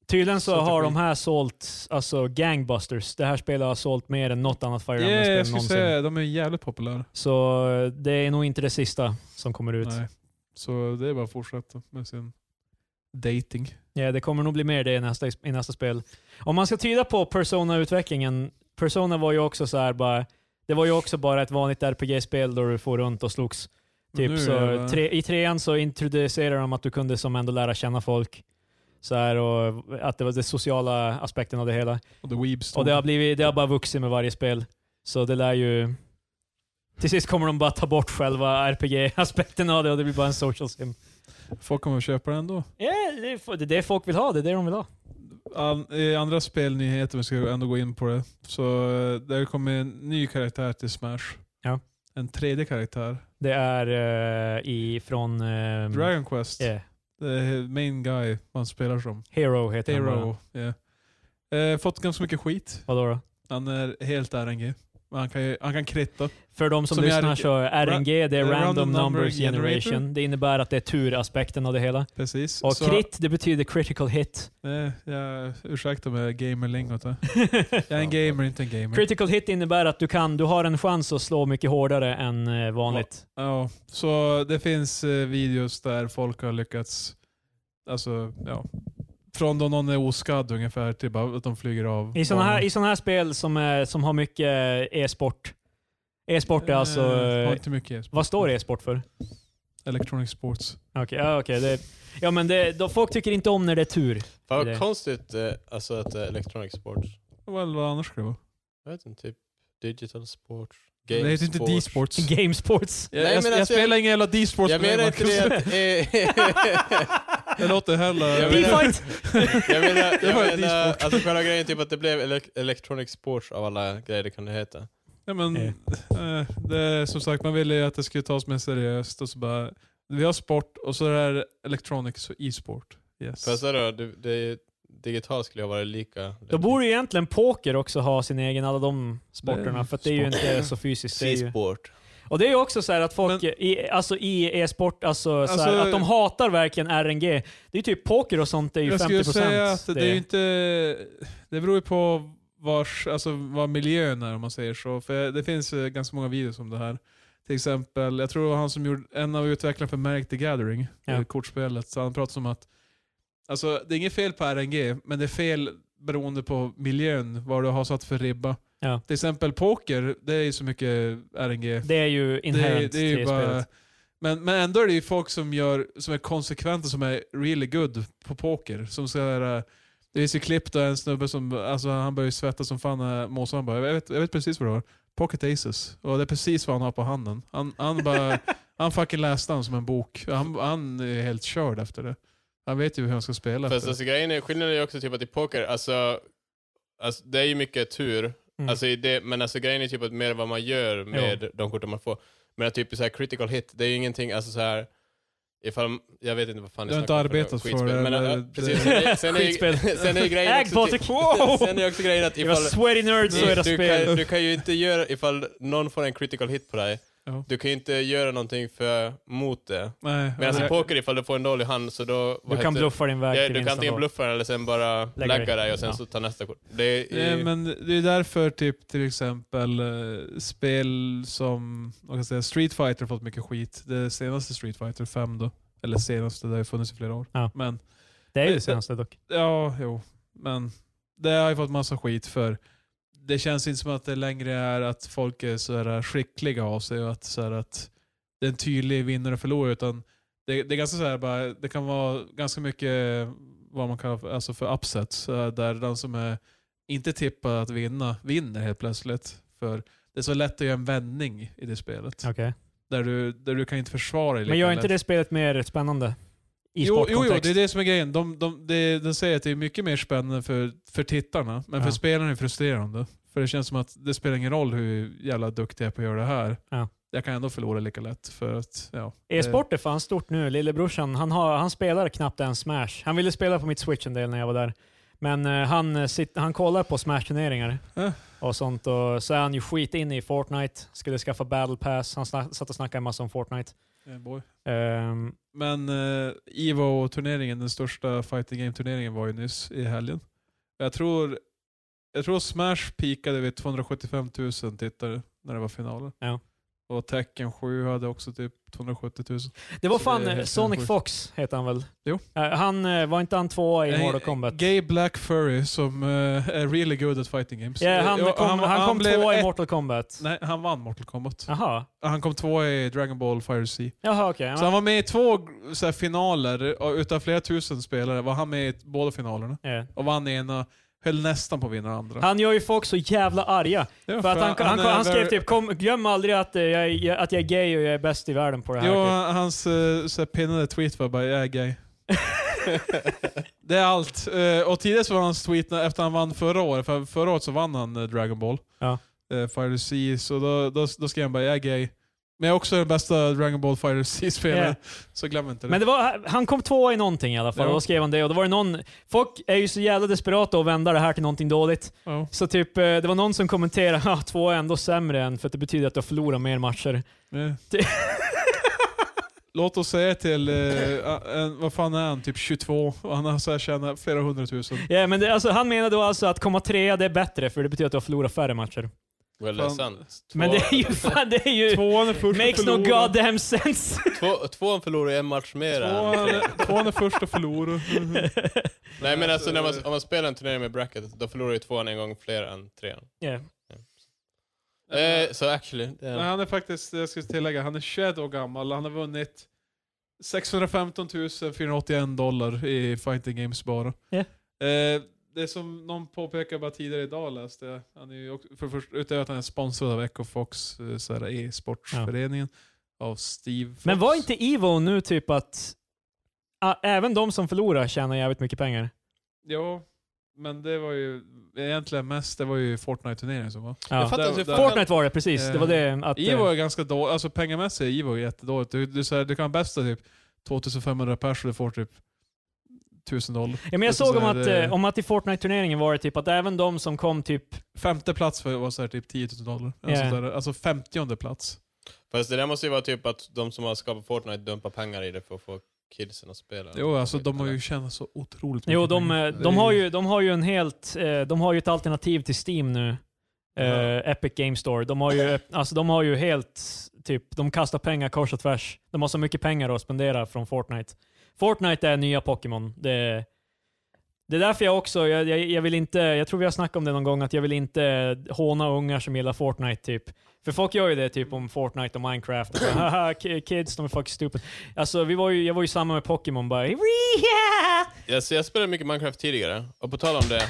Tydligen så Strategi. har de här sålt, alltså Gangbusters, det här spelet har sålt mer än något annat Fire Yeah, Emblem-spel jag skulle någonsin. säga, de är jävligt populära. Så eh, det är nog inte det sista som kommer ut. Nej. Så det är bara att fortsätta med sin dating. Ja, det kommer nog bli mer det i nästa, i nästa spel. Om man ska tyda på Persona-utvecklingen, Persona var ju också så här bara, det var ju också bara ett vanligt R P G-spel där du får runt och slogs. Typ, Nu så är det- tre, I trean så introducerade de att du kunde som ändå lära känna folk. Så här, och att det var den sociala aspekten av det hela. Och The Weebs. Och det har, blivit, det har bara vuxit med varje spel. Så det lär ju... Till sist kommer de bara ta bort själva R P G-aspekten av det och det blir bara en social sim. Folk kommer att köpa det ändå. Ja, det är det är det folk vill ha. Det är det de vill ha. An, I andra spelnyheter, vi ska ändå gå in på det, så eh, där kommer en ny karaktär till Smash. Ja. En tredje karaktär. Det är uh, ifrån... Uh, Dragon Quest. Yeah. Det är main guy man spelar som. Hero heter han bara. Hero. Yeah. Eh, fått ganska mycket skit. Vadå då? Han är helt R N G. Han kan, ju- han kan kritta. För de som, Som lyssnar är- så R N G, det är Ra- Random, Random Number Number Generation. Generator. Det innebär att det är turaspekten av det hela. Precis. Och Så- crit, det betyder critical hit. Eh, jag ursäkta med gamerlingot här. Jag är en gamer, inte en gamer. Critical hit innebär att du, kan, du har en chans att slå mycket hårdare än eh, vanligt. Ja, så det finns eh, videos där folk har lyckats, alltså ja, från då någon är oskadd ungefär till bara att de flyger av. I sådana här, banan. i såna här spel som, är, som har mycket e-sport. E-sport är alltså... Eh, har Eh, inte mycket e-sport. vad står e-sport för? Electronic sports. Okej, ja, okej. Det, ja, men det, då, folk tycker inte om när det är tur. Fan Det- vad konstigt eh, alltså att det är electronic sports. Well, vad annars skulle det vara? Jag vet inte, typ digital sports. Det heter inte D-sports. Game sports. Jag, Nej, jag, men jag alltså, spelar ingen jävla D-sports. Jag på menar dig, inte Marcus. det att... Det låter heller... Jag menar- D-fight! jag menar, Det jag var ett menar D-sport. alltså själva grejen typ att det blev ele- electronic sports av alla grejer det kan det heta. Ja, men, Eh. eh, det är som sagt, man ville ju att det skulle tas mer seriöst och så bara, vi har sport och så är det electronics och e-sport. Yes. För så då, det, det digitalt skulle jag vara lika. Då borde ju egentligen poker också ha sin egen, alla de sporterna. Det är För att det är ju sport. inte så fysiskt. Det är ju, C-sport. och det är ju också så här att folk Men- i, alltså i e-sport, alltså, så Alltså- här, att de hatar verkligen R N G. Det är ju typ poker och sånt, det är ju Jag femtio skulle procent. säga att det, det är ju inte, det beror ju på vars, alltså vad miljön är om man säger så. För det finns eh, ganska många videos om det här. Till exempel, jag tror det var han som gjorde, en av utvecklarna för Magic the Gathering, Ja. ja. kortspelet, så han pratade om att alltså, det är inget fel på R N G, men det är fel beroende på miljön, vad du har satt för ribba. Ja. Till exempel poker, det är ju så mycket R N G. Det är ju inherent det är ju till bara, spelet. men, men ändå är det ju folk som, gör, som är konsekventa, som är really good på poker. Som ska göra, det finns ju klipp där en snubbe som, alltså han börjar ju svettas som fan när Måsan bara, jag vet, jag vet precis vad det var. Pocket Aces. Och det är precis vad han har på handen. Han, han bara, han fucking läste han som en bok. Han, han är helt körd efter det. Han vet ju hur han ska spela Fast efter. alltså grejen är, skillnaden är ju också typ att i poker, alltså, alltså det är ju mycket tur. Mm. Alltså i det, men alltså grejen är typ att mer vad man gör med de korten man får. Men att typ så här critical hit, det är ju ingenting, alltså så här ifall, jag vet inte vad fan Du har snackar inte om arbetat för skitspel. det, Men, eller- ja, precis, sen, är, sen, är, Skitspel. sen är grejen Äg också, Patrik! typ- Wow! sen är också grejen att Det var ifall sweaty nerds och era du, spel. kan, du kan ju inte göra, ifall någon får en critical hit på dig, Ja. du kan ju inte göra någonting för, mot det. Nej, Men alltså det- i poker, ifall du får en dålig hand så då... vad Du kan heter- bluffa din väg Ja, till du kan vinsten antingen då. bluffa den eller sen bara Lägga lägga dig. dig och sen Ja. så ta nästa kort. Det är, Nej, men det är därför typ till exempel eh, spel som man kan säga, Street Fighter har fått mycket skit. Det senaste Street Fighter fem då. Eller senaste, det har ju funnits i flera år. Ja. Men Det är ju Det- det senaste dock. ja, jo. Men det har ju fått massa skit för det känns inte som att det längre är att folk är så här skickliga av sig och att, så här, att det är en tydlig vinnare och förlorare, utan det, det är ganska så här, bara, det kan vara ganska mycket vad man kallar för, alltså för upsets, eh, där den som är inte tippad att vinna vinner helt plötsligt. För det är så lätt att göra en vändning i det spelet. Okej. Där, du, där du kan inte försvara dig Men lika gör lätt. inte det spelet mer spännande? I Jo, jo, jo, sportkontext? det är det som är grejen. De, de, de, de säger att det är mycket mer spännande för, för tittarna, men för Ja. spelarna är det frustrerande. För det känns som att det spelar ingen roll hur jävla duktig jag är på att göra det här. Ja. Jag kan ändå förlora lika lätt. För att, ja, det- E-sport är fan stort nu. Lillebrorsan, han, har, han spelar knappt en Smash. Han ville spela på mitt Switch en del när jag var där. Men eh, han, eh, sitt, han kollar på Smash-turneringar Äh. och sånt. Och så är han ju skit inne i Fortnite. Skulle skaffa Battle Pass. Han snack, satt och snackade en massa om Fortnite. Yeah, boy. Um, Men uh, Evo-turneringen, den största fighting game-turneringen var ju nyss i helgen. Jag tror jag tror Smash peakade vid tvåhundrasjuttiofem tusen tittare när det var finaler. Ja. Och Tekken sju hade också typ tvåhundrasjuttio tusen. det var Så fan det är eh, helt Sonic sjukt. Fox heter han väl? Jo. Uh, han uh, var inte han tvåa i Mortal Kombat? Gay Black Furry som uh, är really good at fighting games. Ja, han, Uh, kom, han, han kom blev tvåa i ett- Mortal Kombat. Nej, han vann Mortal Kombat. Jaha. Han kom tvåa i Dragon Ball Fire Sea. Jaha, okej. Så han var med i två så här, finaler, och utav flera tusen spelare var han med i båda finalerna. Ja. Och vann ena, höll nästan på att vinna andra. Han gör ju folk så jävla arga. Ja, För att han, han, han, är han skrev very- typ kom, glöm aldrig att, eh, jag, jag, att jag är gay och jag är bäst i världen på det här. Jo, Typ. hans uh, så här, pinnade tweet var bara jag är gay. Det är allt. Uh, och tidigare så var hans tweet när- efter han vann förra året, för förra året så vann han uh, Dragon Ball. Ja. Uh, Fire Sea, så då, då, då skrev han bara jag är gay. Men jag är också den bästa Dragon Ball Fire Sea-spelaren. Ja. Så glöm inte det. Men det var, han kom tvåa i någonting i alla fall, Ja. och då skrev han det. Och då var det någon, folk är ju så jävla desperata att vända det här till någonting dåligt. Ja. Så typ, eh, det var någon som kommenterade att två är ändå sämre än, för att det betyder att du har förlorat mer matcher. Ja. Det- Låt oss säga till, uh, en, vad fan är han, typ tjugotvå, och han har så här tjänat flera hundratusen. Ja, men det, alltså, han menar då alltså att komma trea det är bättre, för det betyder att du har förlorat färre matcher. Well, det är Fan. sant. Två, Men det är ju fan, det är ju... Tvåan är först att Makes no förlora. goddamn sense. två, tvåan förlorar ju en match mer än Tvåan tre. är, tvåan är först att förlora. Nej men alltså när man, om man spelar en turnering med bracket, då förlorar ju tvåan en gång fler än trean. Yeah. Eh, så actually, det Nej, är, han är faktiskt, jag ska tillägga, han är tjugoett år gammal. Han har vunnit sexhundrafemton tusen fyrahundraåttioen dollar i fighting games bara. Ja. Eh, det som någon påpekade bara tidigare idag läste jag. Han är ju också, för först, utöver att han är sponsrad av Echo Fox, eh, så är det e-sportsföreningen av Steve Fox. Men var inte Evo nu typ att ah, även de som förlorar tjänar jävligt mycket pengar? Jo, men det var ju egentligen mest, det var ju Fortnite-turneringen som var. Ja. Jag fattar Där- inte hur där- Fortnite var det, precis. Det var det att... eh, Evo är ganska dåligt, alltså pengamässigt är Evo jättedåligt. Du, du, så här, du kan bästa typ tvåtusenfemhundra pers och du får typ tusen dollar. Ja, men jag Det är såg så om här, att, det- eh, om att i Fortnite-turneringen var det typ att även de som kom typ... Femte plats för, var så här typ tio tusen dollar. Ja. Alltså, där, alltså femtionde plats. fast det där måste ju vara typ att de som har skapat Fortnite dumpar pengar i det för att få kidsen att spela. Jo, alltså de har ju tjänat så otroligt mycket Jo, de, pengar. eh, Det är de, har ju- ju, de har ju en helt... eh, De har ju ett alternativ till Steam nu. Eh, Ja. Epic Game Store. De har ju, alltså, de har ju helt... Typ, de kastar pengar kors och tvärs. De har så mycket pengar att spendera från Fortnite. Fortnite är nya Pokémon. Det, det är därför jag också... Jag, jag, jag vill inte... Jag tror vi har snackat om det någon gång, att jag vill inte håna ungar som gillar Fortnite typ. För folk gör ju det typ om Fortnite och Minecraft. Och bara, haha, ki- kids, de är fucking stupid. Alltså, vi var ju, jag var ju samma med Pokémon. Bara, yeah! Jag, så jag spelade mycket Minecraft tidigare, och på tal om det...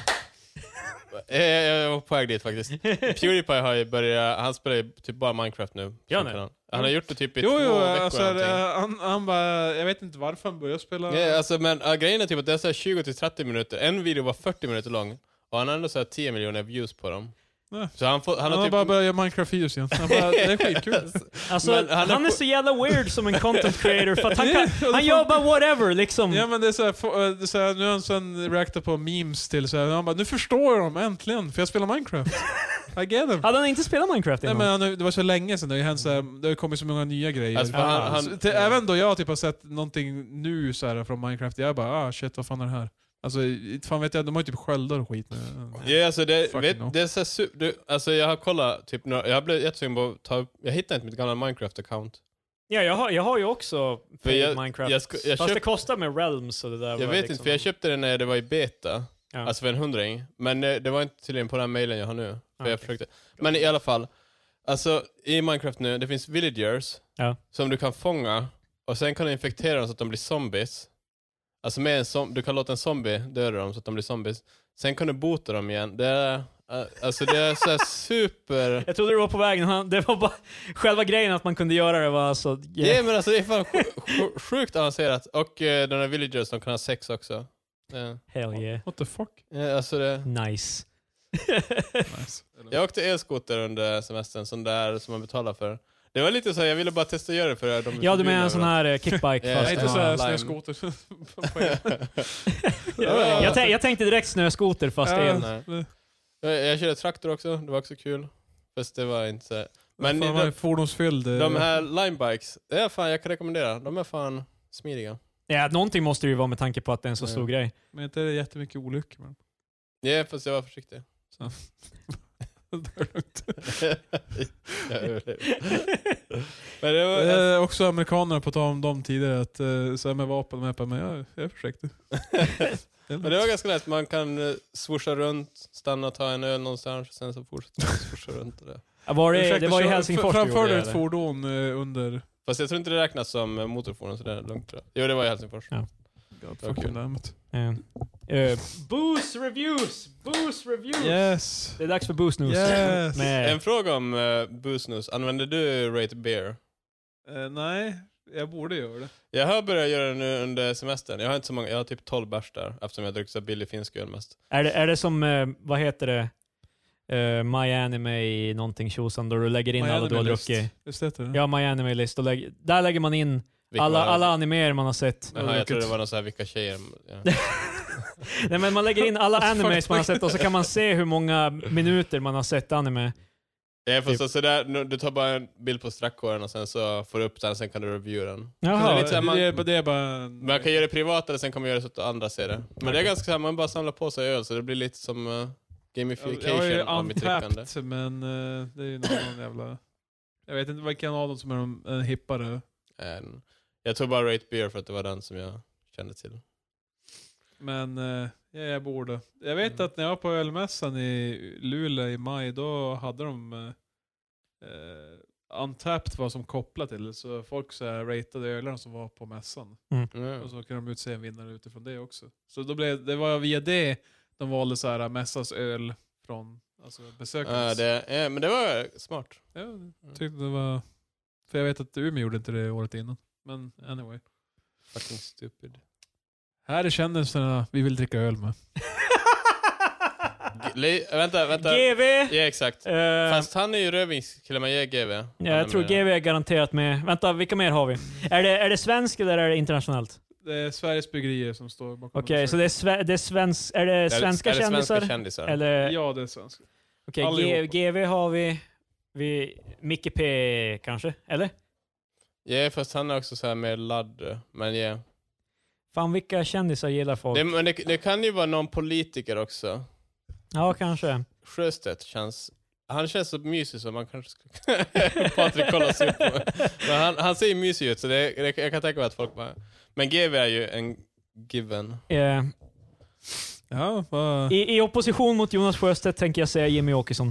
eh, jag var på väg dit faktiskt. Pewdiepie har ju börjat, han spelar ju typ bara Minecraft nu. Ja, som nej. kanal. Han har gjort det typ i Jo, två jo, veckor alltså, eller någonting. det- han, han bara, jag vet inte varför han började spela. Ja, alltså, men uh, grejen är typ att det är så här tjugo till trettio minuter. En video var fyrtio minuter lång, och han har ändå så här tio miljoner views på dem. Nej. Så han, får, han han har har typ... bara börjat göra Minecraft-videos igen. Han bara, det är skitkul. Alltså, Men han, han är, är så jävla weird som en content creator, för att han, Ja, kan, och det han får- gör bara whatever liksom. Ja, men det är så här, få- det är så här, nu har han sen reactat på memes till så här, han bara, nu förstår jag dem äntligen, för jag spelar Minecraft. I get them. Hade han inte spelat Minecraft Nej, innan? men han, har- det var så länge sedan, det har, ju hänt så här, det har kommit så många nya grejer. Alltså, för han- han- Så till, även då jag typ har sett någonting nu så här, från Minecraft, jag bara, ah shit, vad fan är det här? Alltså, inte fan vet jag, de har ju typ sköldar och skit nu. Ja, alltså det, Fucking vet, no. det är så här, su- du, alltså jag har kollat, typ, några- jag blev jättesugen på att ta upp, jag hittade inte mitt gamla Minecraft-account. Ja, jag har, jag har ju också För paid jag- Minecraft. jag ska- jag Fast det köpt- kostar med Realms och det där. Jag var vet liksom, inte, för jag köpte det när det var i beta. Ja. Alltså för en hundring. Men eh, det var inte tydligen på den mailen jag har nu. För Ah, jag okej. försökte. Men i alla fall. Alltså i Minecraft nu, det finns villagers. Ja. Som du kan fånga. Och sen kan du infektera dem så att de blir zombies. Alltså med en som- du kan låta en zombie döda dem så att de blir zombies. Sen kan du bota dem igen. Det är, eh, alltså det är så här super... Jag trodde du var på vägen. Han- Det var bara själva grejen att man kunde göra det var alltså... Ja, Yeah. men alltså det är fan sj- sj- sjukt avancerat. Och eh, de här villagers, de kan ha sex också. Ja. Hell yeah. What the fuck? Ja, alltså det... Nice. Nice. Jag åkte elskoter under semestern, sån där som man betalar för. Det var lite så här, jag ville bara testa att göra det för de Ja, du menar en sån här eh, kickbike Ja, fast... inte ja, så här lime. snöskoter. Ja, jag, tän- jag tänkte direkt snöskoter fast Ja. el. Nej. Jag, jag körde traktor också, det var också kul. Fast det var inte så här. Men fan, de, fordonsfylld. de här linebikes, det är fan jag kan rekommendera. De är fan smidiga. Ja, någonting måste det ju vara med tanke på att det är en så stor Ja. grej. Men inte är det jättemycket olyckor. Men. Ja, fast jag var försiktig. Så. Det är lugnt. Jag överlever. Men det var... Det är också amerikanerna på tal om dem tidigare att uh, så här med vapen med på mig. Ja, jag är försiktig. Men det var ganska lätt. Man kan uh, swoosha runt, stanna och ta en öl någonstans och sen så fortsätta swoosha runt. Och det. Ja, var det, Ursäkta, det var i kör- Helsingfors du Framförde gjorde du det, ett eller? fordon uh, under... Fast jag tror inte det räknas som uh, motorfordon så det är lugnt tror jag. Jo, det var i Helsingfors. Ja. God Det var fucking kul. damn it. Uh, Booze Reviews! Booze Reviews! Yes. Det är dags för Booze News. Yes. Med, En fråga om uh, booze news. Använder du Rate Beer? Uh, nej, jag borde göra det. Jag har börjat göra det nu under semestern. Jag har inte så många, jag har typ tolv bärs där eftersom jag dricker så billig finsk öl mest. är, det, är det som, uh, vad heter det? Uh, My Anime i någonting tjosan då du lägger in My alla du har Anime List. druckit. Visst heter det? Ja, My Anime List. Och lägg, där lägger man in Vilka alla, var det? alla animer man har sett. Jaha, jag tror det var någon så här vilka tjejer. Ja. Nej, men man lägger in alla Alltså, animes fuck. man har sett och så kan man se hur många minuter man har sett anime. Jag Typ. förstår, så där, nu- du tar bara en bild på sträckhåren och sen så får du upp den och sen kan du reviewa den. Jaha. det är Ja, lite så här, man- det, är, det är bara... Man kan göra det privat eller sen kan man göra det så att andra ser det. Men det är ganska så här, man bara samlar på sig öl så det blir lite som uh, gamification Jag har ju av mitt drickande. Untapped, men uh, det är ju någon jävla... Jag vet inte vilken av dem som är de, en hippare. En- Jag tog bara Rate Beer för att det var den som jag kände till. Men uh, ja, jag borde. Jag vet Mm. att när jag var på ölmässan i Luleå i maj, då hade de uh, uh, Untapped var som kopplat till. Så folk så här ratade ölarna som var på mässan. Mm. Och så kunde de utse en vinnare utifrån det också. Så då blev, det var via det de valde så här mässans öl från alltså besökarna. Ja, det, ja, men det var smart. Ja, jag tyckte det var... För jag vet att Umeå gjorde inte det året innan. Men anyway. Fucking stupid. Här är kändisarna vi vill dricka öl med. G- le- vänta, vänta. G V! Ja, exakt. Eh, Fast han är ju rövingskille, man ger G V. ja, Han jag är tror med. G V är garanterat med. Vänta, vilka mer har vi? Är det, är det svensk eller är det internationellt? Det är Sveriges bryggerier som står bakom. Okej, dem. så det är, sve, det är, svensk, är det svenska är det kändisar? Svenska kändisar? Eller, Ja, det är svenska. okej, G, allihopa. G V har vi. vi Micke P kanske? Eller? Ja, fast han är också så här mer ladd. Men ja. Fan, vilka kändisar gillar folk? Det, men det, det kan ju vara någon politiker också. Ja, kanske. Sjöstedt känns... Han känns så mysig så man kanske skulle... Patrik kollar sig upp på. Men han, han ser ju mysig ut så det, det, jag kan tänka mig att folk bara... Men G V är ju en given. Eh, Ja, vad... i, I opposition mot Jonas Sjöstedt tänker jag säga Jimmy Åkesson.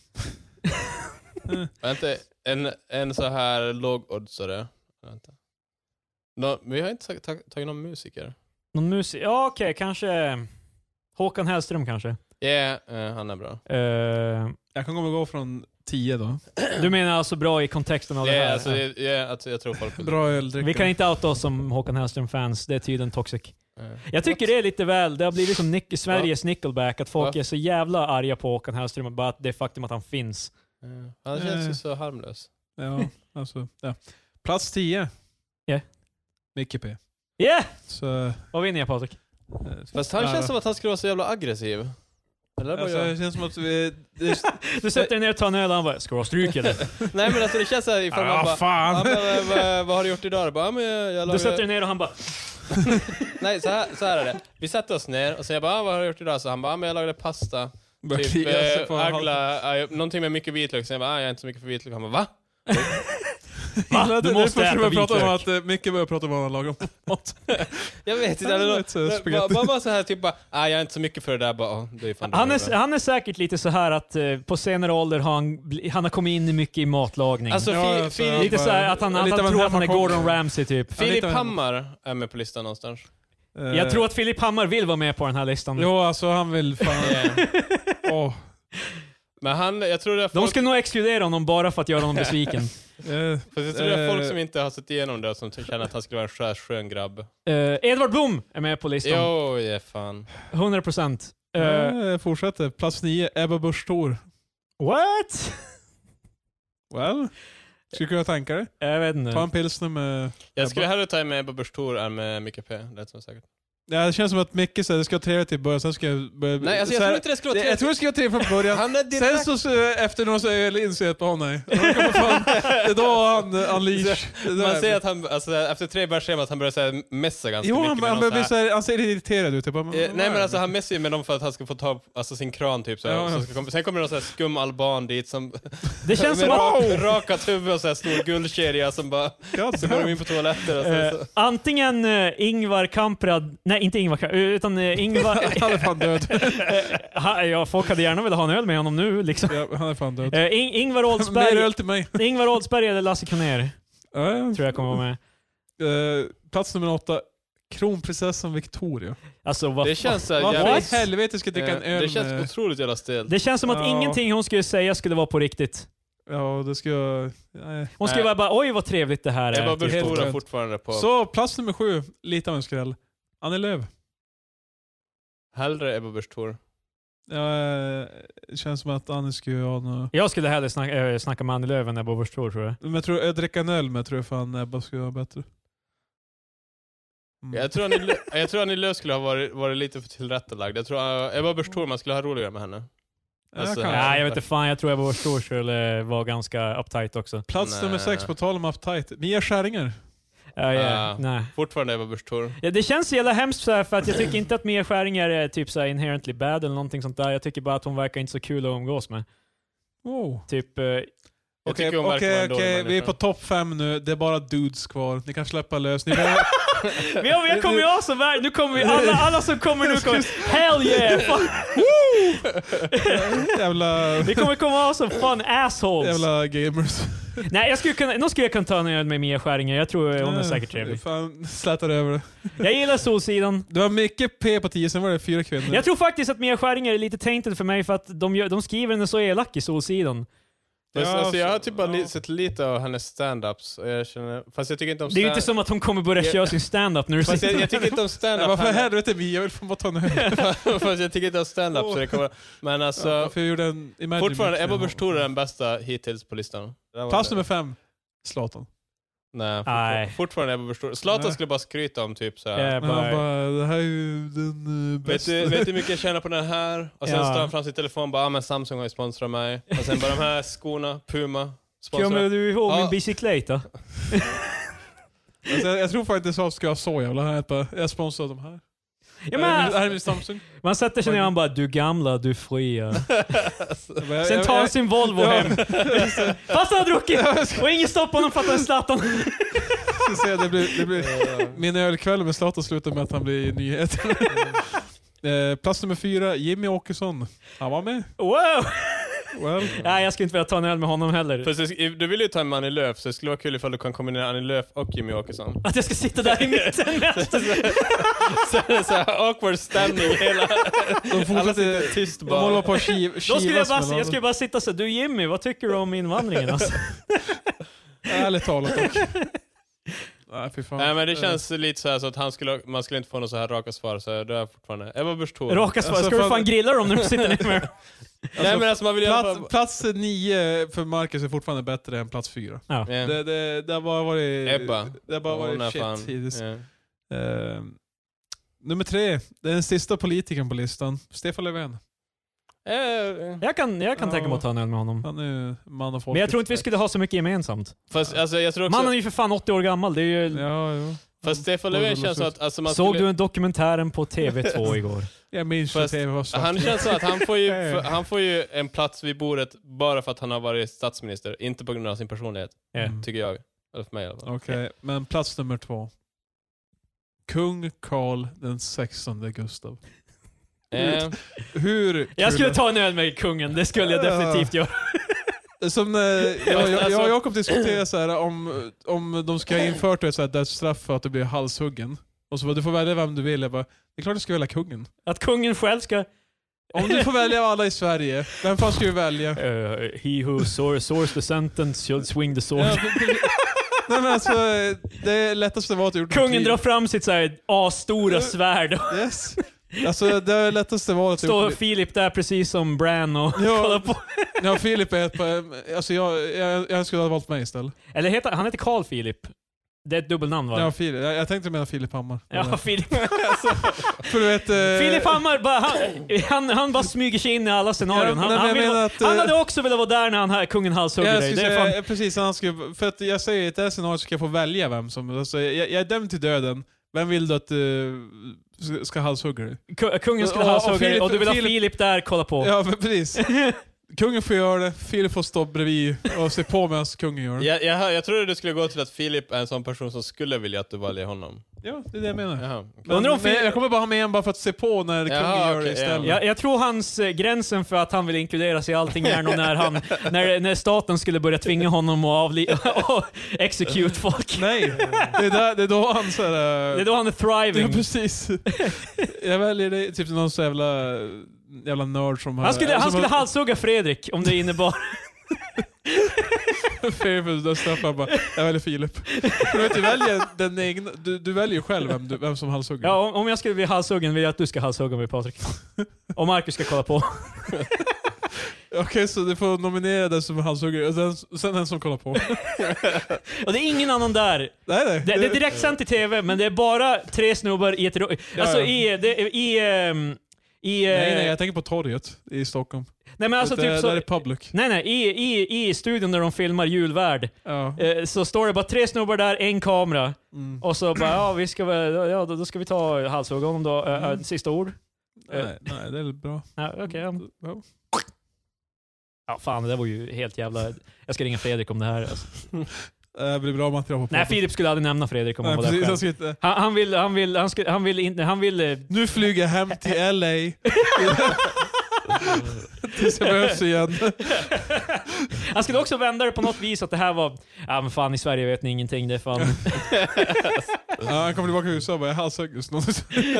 Vänta, en, en så här lågoddsare. Vänta. Nå, vi har inte tagit, tagit, tagit någon musiker. Någon musik? Ja, okej, kanske Håkan Hellström kanske. Ja, yeah, uh, han är bra. Eh, Jag kan komma gå från tio då. du menar alltså bra i kontexten av Ja, det här? yeah, alltså, det- yeah, alltså, jag tror folk... Bra öldrickare. Vi kan inte outa oss som Håkan Hellström-fans, det är tydligen toxic. Uh, Jag tycker det är lite väl, det har blivit som Nick, Sveriges Nickelback, att folk Va? är så jävla arga på Håkan Hellström, bara att det faktum att han finns. uh, han känns Eh. ju så harmlös. Ja, alltså. Ja. Plats tio. Ja. Micke P. Yeah! Så... Vad vinner jag, Patrik? eh, Fast han ja, känns då. som att han skulle vara så jävla aggressiv. Eller bara Alltså, jag? det känns som att vi... Det, Du sätter dig ner och tar en öl och han bara, ska du ha stryk eller? Nej men alltså det känns såhär ifall man ja, bara... Ja, fan! men, eh, vad, vad har du gjort idag? Jag bara, ja, men jag, jag Du sätter lagar... dig ner och han bara, Nej, så här, så här är det. Vi sätter oss ner och så jag bara, ah, vad har du gjort idag? Så han bara, ah, men jag lagade pasta. Börjar Typ klia sig eh, på agla, äh, någonting med mycket vitlök. Så jag bara, ah, jag är inte så mycket för vitlök. Han bara, va? Va? Det, Du det måste är först äta vi pratar om vitlök. att uh, Micke börjar prata om vad han lagar mat. Jag vet inte. Ja, Eller, lite så, bara, spaghetti. bara, bara så här typ bara, ah, jag är inte så mycket för det där. Bara, oh, det är fan han, dåligt. är, han är säkert lite så här att eh, på senare ålder har han, bli- han har kommit in i mycket i matlagning. Alltså, Ja, Fi- alltså, Filip, lite så här att han, att lite han av en tror att han är hemmakock. Gordon Ramsay typ. Filip lite- Hammar är med på listan någonstans. Jag tror att Filip Hammar vill vara med på den här listan. Jo, alltså han vill fan... Yeah. Åh. Men han, jag tror det är De folk, skulle nog exkludera honom bara för att göra honom besviken. Eh, fast jag tror det är folk eh, som inte har sett igenom det och som känner att han skulle vara en skär, skön grabb. Eh, Edvard Blom är med på listan. Jo, ja fan. hundra procent. Uh, eh, fortsätter. Plats nio. Ebba Busch Thor. what? Well. Skulle kunna tänka dig. Jag vet inte. Ta en pilsner med... Jag skulle hellre ta med Ebba Busch Thor än med Micke P. Det är så säkert. Ja, det känns som att Micke säger det ska vara trevligt i början, sen ska jag börja... Nej, alltså jag tror inte det skulle vara trevligt. Jag tror det ska vara trevligt från början. Han är direkt... Sen så, så efter någon så är jag inser att, åh nej. Det är då han unleash. Man ser att han, alltså, efter tre bärs ser man att han börjar säga messa ganska jo, mycket. Han, med han, någon blir så här... så här, han ser irriterad ut. Typ. Eh, nej men alltså han messar ju med dem för att han ska få ta alltså, sin kran typ. Så här, ja, ja. Så ska komma, sen kommer det någon så här skum alban dit som... Det känns som med att... rak, rakat huvud och så här stor guldkedja som bara... God, så går de in på toaletter och så, Eh, så. antingen uh, Ingvar Kamprad, nej inte Ingvar Kamprad, utan uh, Ingvar... han är fan död. uh, ha, ja, folk hade gärna velat ha en öl med honom nu liksom. Ja, han är fan död. Uh, In- Ingvar Mer Oldsberg, öl till mig. Ingvar Oldsberg eller Lasse Kronér, Ja, ja. tror jag kommer vara med. Eh, plats nummer åtta. Kronprinsessan Victoria. Alltså, vad Det känns så här Varför jävligt... i helvete ska jag dricka en eh, öl Det känns med... otroligt jävla stelt. Det känns som att Ja. ingenting hon skulle säga skulle vara på riktigt. Ja, det ska jag... Nej. Hon skulle Nej. vara bara, oj vad trevligt det här Ebba är. Busch helt Thor rätt. fortfarande på... Så, plats nummer sju. Lite av en skräll. Annie Lööf. Hellre Ebba Busch Thor. Ja, eh, det känns som att Annie skulle ha något... Jag skulle hellre snacka, äh, snacka med Annie Lööf än Ebba Busch Thor, tror jag. Men jag tror jag dricker en öl med tror jag fan Ebba skulle ha bättre. Mm. Jag tror Annie Lö- jag tror Annie Lööf skulle ha varit, varit lite för tillrättalagd. Jag tror uh, Ebba Busch Thor man skulle ha roligare med henne. Ja, alltså, kanske. Nej, jag vet inte fan. Jag tror Ebba Busch Thor skulle vara ganska uptight också. Plats Nej. nummer sex på tal om uptight. Mia Skäringer. Ja, ja, Ah. nej. Fortfarande Ebba Busch Thor. Ja, det känns så jävla hemskt så här, för att jag tycker inte att Mia Skäringer är typ så här inherently bad eller någonting sånt där. Jag tycker bara att hon verkar inte så kul att umgås med. Wow. Typ... eh, Jag Okej, tycker hon verkar vara okej, en dålig okej. Vi är människa. på topp fem nu. Det är bara dudes kvar. Ni kan släppa lös. Ni vill... Men jag, jag kommer ju ha så värd. Nu kommer vi, alla, alla som kommer nu kommer... Hell yeah! Fan. Jävla... Vi kommer komma ha som fun assholes. Jävla gamers. Nej, jag skulle kunna, nu skulle jag kunna ta en öl med Mia Skäringer. Jag tror hon är säkert trevlig. Fan, slätar över det. Jag gillar Solsidan. Det var mycket P på tio, sen var det fyra kvinnor. Jag tror faktiskt att Mia Skäringer är lite tainted för mig för att de, gör, de skriver henne så elak i Solsidan. Fast, Ja, alltså, jag har så- typ bara ja. li- sett lite av hennes stand-ups. Och jag känner, fast jag tycker inte om Det är ju inte stand- som att hon kommer börja Ja. köra sin stand-up när du Fast jag, sitter. jag tycker inte om Nej, stand-up. varför Han- helvete Mia? Jag vill få bara ta en öl. Fast jag tycker inte om stand-up så det kommer... Men alltså... Ja, för jag gjorde en Imagine fortfarande, Mix. Ebba Busch Thor är den bästa hittills på listan. Den var Plats det. nummer fem. Zlatan. Nej, fortfarande, Nej. fortfarande Ebba Busch Thor. Zlatan Nej. skulle bara skryta om typ såhär... Ja, Han bara, bara, det här är ju den uh, Vet bästa. du, vet du hur mycket jag tjänar på den här? Och sen Ja. står han fram sin telefon och bara, ah, men Samsung har ju sponsrat mig. Och sen bara de här skorna, Puma, kommer sponsrar. du ihåg Ja. min bicykleta? Alltså, jag, jag tror faktiskt att jag ska ha så jävla här. Jag, jag sponsrar de här. Ja, Det här är min- det här men, är min Samsung. man sätter sig ner och han bara, du gamla, du fria. Jag bara, Sen jag- tar han jag- sin Volvo Ja. hem. Fast han har druckit! Och ingen stoppar honom för att han är Zlatan. jag ska säga, det blir, det blir, min ölkväll med Zlatan slutar med att han blir i nyheter. eh, plats nummer fyra, Jimmy Åkesson. Han var med. Wow! Well. Nej, jag ska inte vilja ta en öl med honom heller. Fast jag- du vill ju ta med Annie Lööf, så det skulle vara kul ifall du kan kombinera Annie Lööf och Jimmy Åkesson. Att jag ska sitta där i mitten. Så är det så här awkward stämning hela... De Alla fortsätter sitter tyst de håller bara. på att skiv, Då skulle jag kivas bara, mellan jag skulle bara sitta så, du Jimmy, vad tycker du om invandringen? Alltså? Ärligt talat dock. Nej, fy fan. Nej men det känns lite så här så att han skulle, man skulle inte få något så här raka svar, så det är fortfarande Ebba Busch Thor. Raka svar, Alltså, ska du fan- fan grilla dem när du sitter ner med? Nej men alltså man vill ju i alla Plats, fall... plats nio för Marcus är fortfarande bättre än plats fyra. Ja. Ja. Det, det, det har bara varit... Ebba. Det har bara Hon är varit shit fan- hittills. ja. Eh, nummer tre, det är den sista politikern på listan. Stefan Löfven. Eh, Jag kan, jag kan Ja. tänka mig att ta en öl med honom. Han är ju man och folk. Men jag tror inte vi skulle ha så mycket gemensamt. Fast alltså jag tror också... Mannen är ju för fan åttio år gammal. Det är ju... Ja, ja. Fast Stefan Löfven känns så att... Alltså, man Såg skulle, du en dokumentären på T V två igår? Jag minns Fast att det var svart. Han känns så att han får, ju, för, han får ju en plats vid bordet bara för att han har varit statsminister, inte på grund av sin personlighet, Ja. Mm. tycker jag. Eller för mig i alla fall. Okej, men plats nummer två. Kung Carl den sextonde Gustav. Eh, Hur Jag kul skulle är- ta en öl med kungen, det skulle jag Ja. definitivt göra. Som när jag, jag, jag, Alltså- och Jakob diskuterade så här, om, om de ska ha infört ett så här dödsstraff för att du blir halshuggen. Och så bara, du får välja vem du vill. Jag bara, det är klart du ska välja kungen. Att kungen själv ska... Om du får välja av alla i Sverige, vem fan ska du välja? Uh, he who soar, soars the sentence should swing the sword. Ja, det- det- Nej men alltså, det lättaste valet jag gjort i mitt Kungen liv. drar fram sitt så här asstora svärd. Yes. Alltså det lättaste valet jag Står gjort i mitt- Filip där precis som Bran och Ja. kollar på. Ja, Filip är ett på, alltså jag, jag, jag skulle ha valt mig istället. Eller heter, han heter Carl Philip. Det är ett dubbelnamn va? Ja, Filip. Jag, jag tänkte mena Filip Hammar. Ja, Filip. Alltså, För du vet, eh, Filip Hammar, bara, han, han, han bara smyger sig in i alla scenarion. Han, Ja, han, jag vill, menar att, han eh, hade också velat vara där när han här, kungen halshugger jag dig. skulle Det är fan, säga, precis, han skulle, för att jag säger i ett här scenario så ska jag få välja vem som... Alltså, jag, jag är dömd till döden. Vem vill du att uh, ska halshugga dig? Ku- kungen skulle Och- och halshugga dig Filip- och du vill ha Filip- Filip där, kolla på. Ja, men precis. Kungen får göra det, Filip får stå bredvid och se på medan kungen gör det. Jag, jag, hör- jag trodde du skulle gå till att Filip är en sån person som skulle vilja att du valde honom. Ja, det är det jag menar. Jaha, okej. Men, Undrar om men Filip- jag kommer bara ha med en bara för att se på när kungen Jaha, gör det okej, istället. Jag, jag tror hans eh, gränsen för att han vill inkluderas i allting är nog när, han, när, när staten skulle börja tvinga honom att avli- och execute folk. Nej, det är, där, det är då han så här, Det är då han är thriving. Ja, precis. Jag väljer det, typ någon så jävla, jävla nörd som... Han skulle, som han skulle har- halshugga Fredrik om det innebar... Filip, då stoppar jag bara, jag väljer Filip. Du, vet, du, väljer den egna, du, du väljer ju själv vem, du, vem som halshugger. Ja, om, om jag skulle bli halshuggen vill jag att du ska halshugga mig, Patrik. Och Marcus ska kolla på. Okej, så du får nominera den som halshugger och sen, sen den som kollar på. Och det är ingen annan där. Nej, nej. Det, det är direkt sänt i tv, men det är bara tre snubbar i ett rum. Alltså ja. i... Det, i, ehm, i eh, Nej, nej, jag tänker på torget i Stockholm. nej, men alltså det, typ så... där är public. Nej, nej. I, i, I studion där de filmar Julvärd Ja. eh, så står det bara tre snubbar där, en kamera. Mm. Och så bara, ja, vi ska väl, ja, då, då ska vi ta halshugga honom då. Eh, eh, sista ord? Nej, nej, det är bra. Ja, okej. ja. Ja. Ja, fan, det där var ju helt jävla... Jag ska ringa Fredrik om det här. Alltså. Det blir bra material på podden. Nej, Filip skulle aldrig nämna Fredrik om han Nej, var där precis, själv. jag ska inte. Han, han vill, han vill, han skulle, han vill inte, han vill... eh, Nu flyger jag hem till L A. Tills jag behövs igen. Han skulle också vända det på något vis att det här var... Ja men fan, i Sverige vet ni ingenting, det är fan... Ja, han kommer tillbaka till U S A och bara, jag halshögg just något.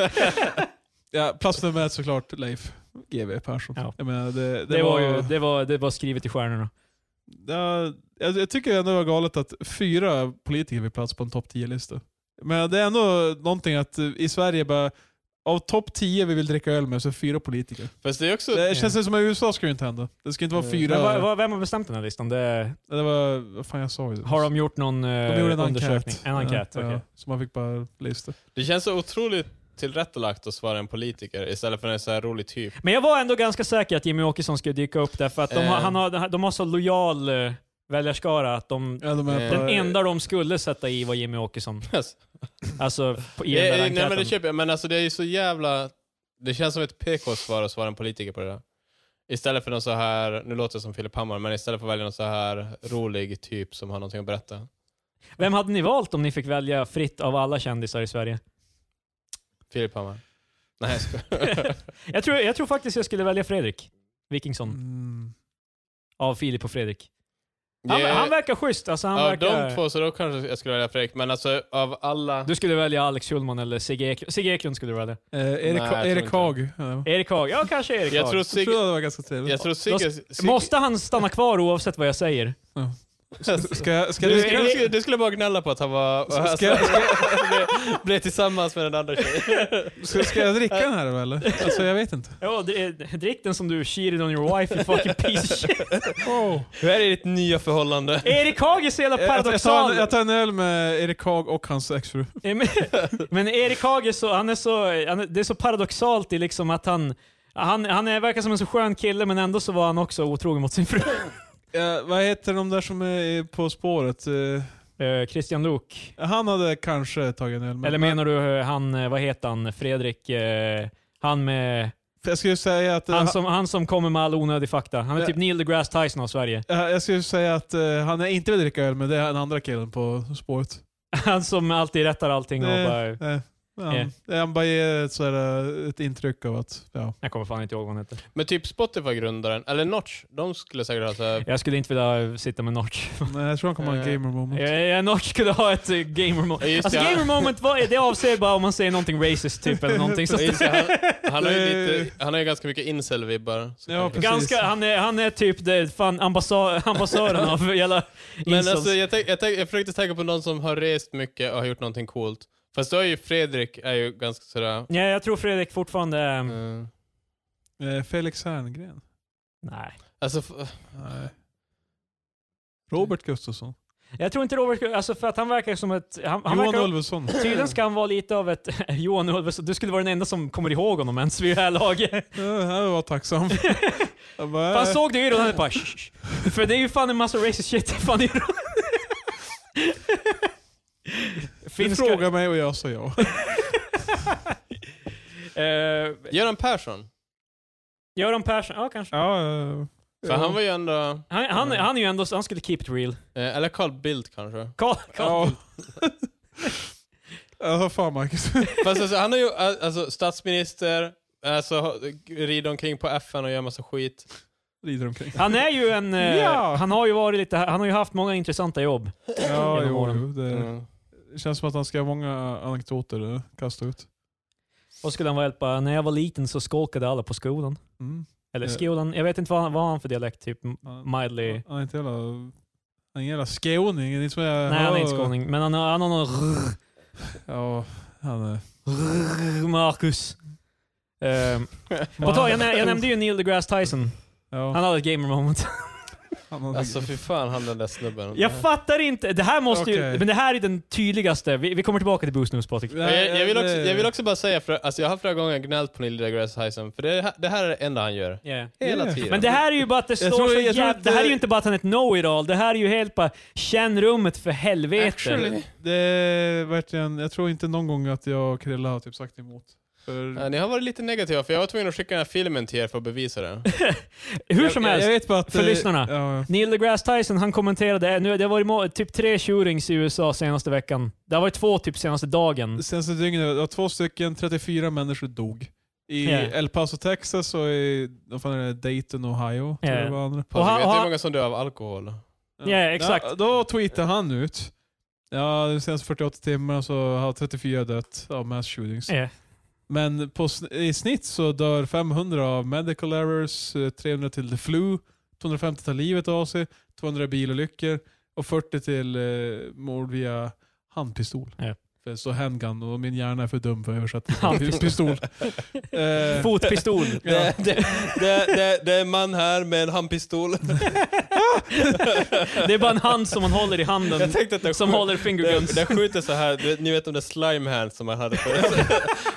Ja, plats nummer ett såklart Leif G W Persson. Ja. Jag menar, det, det, Det var ju, det var, det var skrivet i stjärnorna. Ja, jag, jag tycker ändå det var galet att fyra politiker fick plats på en topp tio-lista. Men det är ändå någonting att i Sverige bara, av topp tio vi vill dricka öl med så är fyra politiker. Fast det är också... Det känns som att i U S A ska det inte hända. Det ska inte vara fyra... Men vad, vad, vem har bestämt den här listan? Det, Det var, vad fan jag sa ju det. har de gjort någon uh, De gjorde en undersökning? enkät. En enkät, ja, okej. ja, så man fick bara lista. Det känns så otroligt tillrättalagt att svara en politiker istället för en så här rolig typ. Men jag var ändå ganska säker att Jimmy Åkesson skulle dyka upp där, för att de, har, Eh. han har, de har så lojal uh, väljarskara att de, Ja, de är Eh. på, den enda de skulle sätta i var Jimmy Åkesson. Yes. Alltså, på, i den Ja, där nej men det enkäten. köper jag, men alltså det är ju så jävla... Det känns som ett P K-svar att svara en politiker på det där. Istället för någon så här, nu låter det som Filip Hammar, men istället för att välja någon så här rolig typ som har någonting att berätta. Vem hade ni valt om ni fick välja fritt av alla kändisar i Sverige? Filip Hammar. Nej, jag skojar. Jag tror, jag tror faktiskt jag skulle välja Fredrik Wikingsson. mm, Av Filip och Fredrik. Han, Yeah. han verkar schysst. Alltså, han Av verkar... de två så då kanske jag skulle välja Fredrik, men alltså av alla... Du skulle välja Alex Schulman eller Sigge Eklund. Sigge Eklund skulle du välja. eh, Erik, Nej, jag tror Erik inte. Haag. Ja. Erik Haag. Ja, kanske Erik Jag Haag. tror Jag Sigge... tror det var ganska trevligt. Jag tror Sigge... Sigge Måste han stanna kvar oavsett vad jag säger? Ska, ska, jag- ska, du, du, skulle, du, skulle, du skulle bara gnälla på att han var... Ska- Alltså, ska- blev, blev tillsammans med den andra tjejen. ska, ska jag dricka den här eller? Alltså jag vet inte. Ja, dri- drick den som du cheated on your wife, you fucking piece of shit. Oh. Hur är det ditt nya förhållande? Erik Haag är så jävla Jag, jag, tar paradoxal. en, jag tar en öl med Erik Haag och hans exfru. men, men Erik Haag är så, han är så, han är, det är så paradoxalt i liksom att han, han, han är, verkar som en så skön kille, men ändå så var han också otrogen mot sin fru. Ja, vad heter de där som är På spåret? Eh, Uh, Christian Luuk. Han hade kanske tagit en öl med. Eller menar du eh, han, eh, vad heter han, Fredrik, eh, han med, För jag skulle säga att... han som, han som kommer med all onödig fakta. Han är Ja. typ Neil deGrasse Tyson av Sverige. Ja, jag skulle säga att uh, han är inte vill dricka öl, men det är den andra killen på spåret. Han som alltid rättar allting och Det- bara, eh, han, Eh. han bara ger ett, sådär, ett intryck av att... Ja. jag kommer fan inte ihåg vad han heter. Men typ Spotify-grundaren, eller Notch, de skulle säkert ha så här... Jag skulle inte vilja sitta med Notch. Nej, jag tror han kommer ha en Eh. gamer moment. Jag, jag, Notch skulle ha ett uh, gamer moment. Ja, just Alltså det, gamer moment, vad, det avser bara om man säger någonting racist typ eller någonting sånt. Just det, han, han har ju Eh. lite, han har ju ganska mycket incel-vibbar. så Ja, kanske- precis. Ganska, han, är, han är typ det, fan ambassa, ambassadören av hela Men incels. alltså, jag, tänk, jag, tänk, jag försökte tänka på någon som har rest mycket och har gjort någonting coolt. Fast då är ju Fredrik är ju ganska sådär... Ja, jag tror Fredrik fortfarande är... Mm. Eh, Felix Herngren? Nej. Alltså, f- Nej. Robert Gustafsson? Jag tror inte Robert, alltså för att han verkar som ett... Han, han Johan verkar, Ulveson. tydligen ska han vara lite av ett... Johan Ulveson, du skulle vara den enda som kommer ihåg honom ens vid det här laget. Ja, jag var tacksam. Jag bara, Fan såg du ju då, han är bara... Shh. För det är ju fan en massa racist shit. Fan är du frågar mig och jag sa ja. uh, Göran Persson. Göran Persson, ja kanske. Ja, uh, För ja. han var ju ändå... Han, han, han är ju ändå, han skulle keep it real. Eh, eller Carl Bildt kanske. Carl, Carl. Ja. Ja, fan Marcus. Fast alltså, han är ju alltså, statsminister, alltså, rider omkring på F N och gör massa skit. Rider omkring. Han är ju en... eh, Ja. Han har ju varit lite... Han har ju haft många intressanta jobb. Ja, Genom jo, åren. jo, det Mm. känns som att han ska ha många anekdoter att kasta ut. Och skulle han vara helt bara, när jag var liten så skolkade alla på skolan. Mm. Eller Ja. skolan, jag vet inte vad han, vad han för dialekt, typ mildly. Han är inte jävla... Han är ingen jävla skåning. Det är inte som jag, Nej, han är inte skåning, men han, har- han har någon rrr, Ja, han är... rrr, Marcus. Um, på tal, jag, nä- jag nämnde ju Neil deGrasse Tyson. Ja, Han hade ett gamer moment. han har... Alltså fy fan, han den där snubben. Jag fattar inte, det här måste ju, Okej. men det här är den tydligaste. Vi, vi kommer tillbaka till Boost News, Patrik. Och jag, jag, vill också, jag vill också bara säga, för alltså jag har flera gånger gnällt på Neil deGrasse Tyson, för det, det här är det enda han gör. Yeah. Hela Yeah. tiden. Men det här är ju bara att det Jag står tror- så jag tror jävla... att Det här är det- ju inte bara att han är ett know-it-all, det här är ju helt bara, känn rummet för helvete. Actually. Det är verkligen... Jag tror inte någon gång att jag och Krilla har typ sagt emot. För... Ja, ni har varit lite negativa, för jag var tvungen att skicka den här filmen till er för att bevisa det. Hur som jag, helst, jag vet bara att, för eh, lyssnarna. Ja, Neil deGrasse Tyson, han kommenterade, nu, det har varit må- typ tre shootings i U S A senaste veckan. Det har varit två typ senaste dagen. senaste dygnet, det var två stycken, trettiofyra människor dog. I Ja. El Paso, Texas och i vad fan är det, Dayton, Ohio. Tror Ja. jag det var andra. Och Patrik, han- vet och du hur han- många som dör av alkohol? Ja, exakt. Ja, då tweetade han ut. Ja, de senaste fyrtioåtta timmarna så har trettiofyra dött av mass shootings. Ja. Men på, sn- i snitt så dör femhundra av medical errors, eh, trehundra till the flu, tvåhundrafemtio tar livet av sig, tvåhundra bilolyckor och fyrtio till eh, mord via handpistol. Ja. För det står handgun och min hjärna är för dum för att översätta till Handpistol. pistol. eh, Fotpistol. Ja. Det, det, det, det, det är en man här med en handpistol. Det är bara en hand som man håller i handen, Jag tänkte att det som håller fingerguns. Det, det skjuter så här, du vet- ni vet om det slime hand som man hade förut.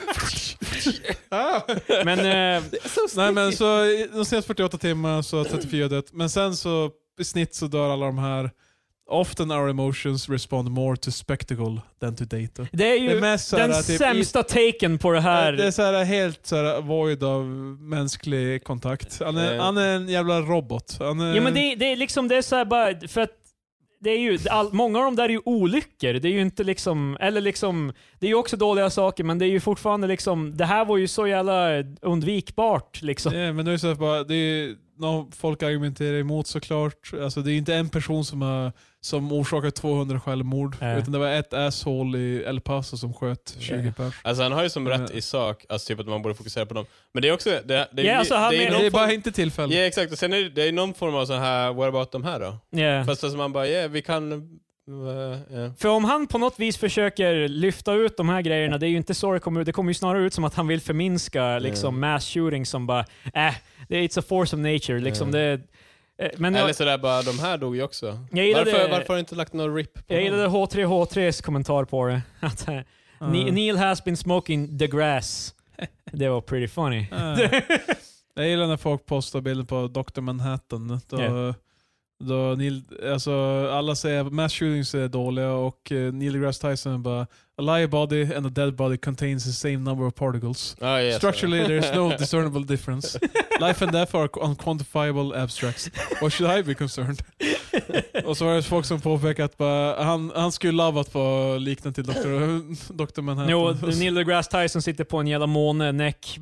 ah. Men eh, Nej men så i de senaste fyrtioåtta timmarna så har trettiofyra dött. Men sen så i snitt så dör alla de här. Often our emotions respond more to spectacle than to data. det är Det är ju mest så den här, typ, sämsta taken på det här. Det är så här helt så här void av mänsklig kontakt. Han är, Eh. han är en jävla robot. Han är, Ja, men det, det är liksom, det är så här bara, för att det är ju, all, många av dem där är ju olyckor. Det är ju inte liksom, eller liksom, det är ju också dåliga saker, men det är ju fortfarande liksom, det här var ju så jävla undvikbart liksom. Ja, men nu är det så här bara, det är någon folk argumenterar emot såklart. Alltså det är inte en person som har som orsakar tvåhundra självmord. Äh. Utan det var ett asshole i El Paso som sköt tjugo pers. Alltså han har ju som rätt i sak, alltså typ att man borde fokusera på dem. Men det är också, det, det, Ja, alltså, han det är menar- någon Det är bara form, inte tillfälle. ja exakt, och sen är det, det är någon form av så här, what about de här då? Yeah. Fast alltså man bara, ja vi kan, uh, yeah. För om han på något vis försöker lyfta ut de här grejerna, det är ju inte så det kommer ut. Det kommer ju snarare ut som att han vill förminska liksom, Mm. mass shooting som bara, äh, det är it's a force of nature. Liksom, Mm. det, eh, men Eller jag, sådär bara, de här dog ju också. Jag gillade- varför, varför har du inte lagt någon rip på jag dem? gillade H tre H tres kommentar på det. Att, eh, Ni- Neil has been smoking the grass. Det var pretty funny. Ja. Jag gillar när folk postar bilder på doktor Manhattan. Då, Ja. då Neil, alltså, alla säger att mass shootings är dåliga och uh, Neil deGrasse Tyson är bara a live body and a dead body contains the same number of particles. Ah, yes, Structurally there is no discernible difference. Life and death are unquantifiable abstracts. Why should I be concerned? Och så var det folk som påpekade att bara, han, han skulle lova att få likna till doktor doktor Manhattan. Jo, Neil deGrasse Tyson sitter på en jävla måne, näck.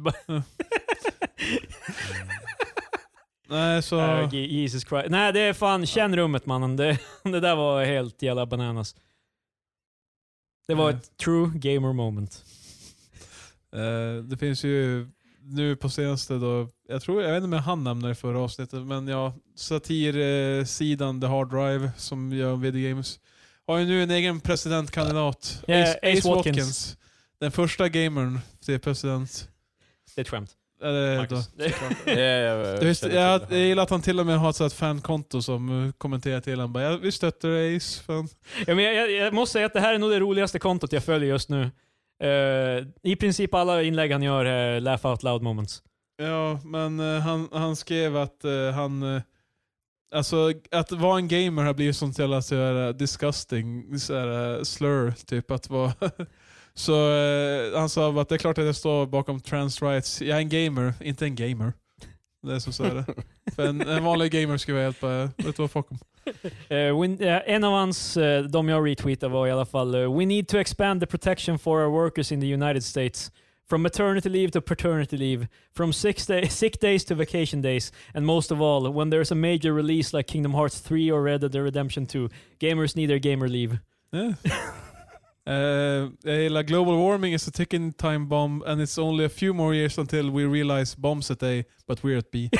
Nej, så... Uh, Jesus Christ. Nej, det är fan, känn rummet mannen. Det, det där var helt jävla bananas. Det var Ja. ett true gamer moment. Eh, det finns ju nu på senaste då, jag tror, jag vet inte om han nämnde det i förra avsnittet, men ja, satirsidan The Hard Drive som gör video games har ju nu en egen presidentkandidat. Ja, Ace, Ace Ace Watkins. Watkins. Den första gamern till president. Det är ett skämt. Eller, Max. då, Det- Ja, jag, det, visst, känner jag, till det. jag gillar att han till och med har ett sånt fankonto som uh, kommenterar till honom. Bara, ja, vi stöttar Ace. Fan. Ja, men jag, jag, jag måste säga att det här är nog det roligaste kontot jag följer just nu. Uh, I princip alla inlägg han gör är laugh out loud moments. Ja, men uh, han, han skrev att uh, han... Uh, alltså, att vara en gamer har blivit sånt jävla så här, disgusting så här, slur, typ. Att vara... så uh, han sa att det är klart att jag står bakom trans rights. Jag är en gamer, inte en gamer. Det är så så är det. För en, en vanlig gamer skulle vara helt bara, vet du vad, fuck em. Uh, win, uh, en av hans, uh, de jag retweetade var i alla fall uh, We need to expand the protection for our workers in the United States. From maternity leave to paternity leave. From six day, sick days to vacation days. And most of all, when there's a major release like Kingdom Hearts three or Red Dead Redemption two, gamers need their gamer leave. Yeah. Uh, jag gillar global warming is a ticking time bomb and it's only a few more years until we realize bombs at A but we're at B.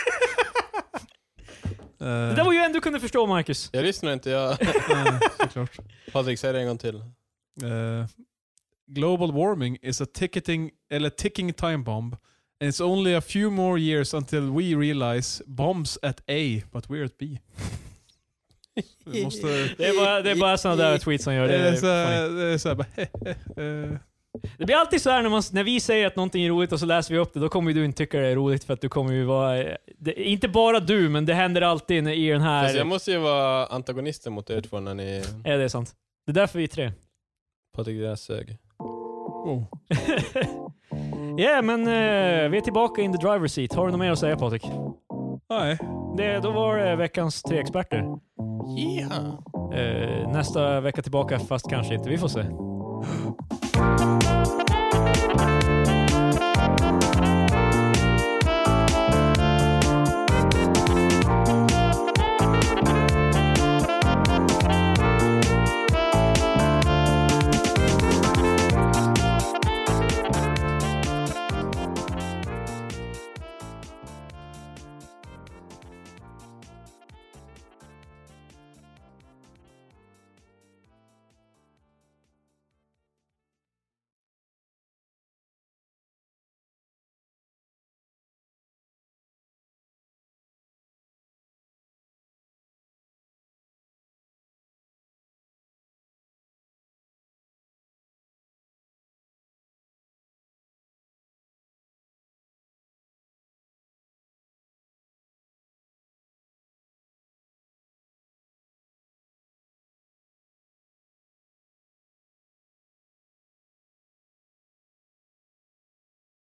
uh, Det där var ju en du kunde förstå, Marcus. Jag lyssnar inte, jag... uh, såklart. Patrik, säg det en gång till. Uh, global warming is a ticketing eller ticking time bomb and it's only a few more years until we realize bombs at A but we're at B. Vi måste... Det är bara, det är bara sådana där tweets som gör Det det. är så, funny. det är så här, bara, uh, Det blir alltid så här när, man, när vi säger att någonting är roligt och så läser vi upp det, då kommer ju du inte tycka det är roligt för att du kommer ju vara... Det, inte bara du, men det händer alltid i den här... Fast jag måste ju vara antagonisten mot er två när ni... Ja, det är sant. Det är därför vi är tre. Patrik, det där sög. oh. Ja, yeah, men uh, vi är tillbaka in the driver's seat. Har du något mer att säga, Patrik? Nej. Det, då var det veckans tre experter. Yeah. Uh, nästa vecka tillbaka, fast kanske inte. Vi får se.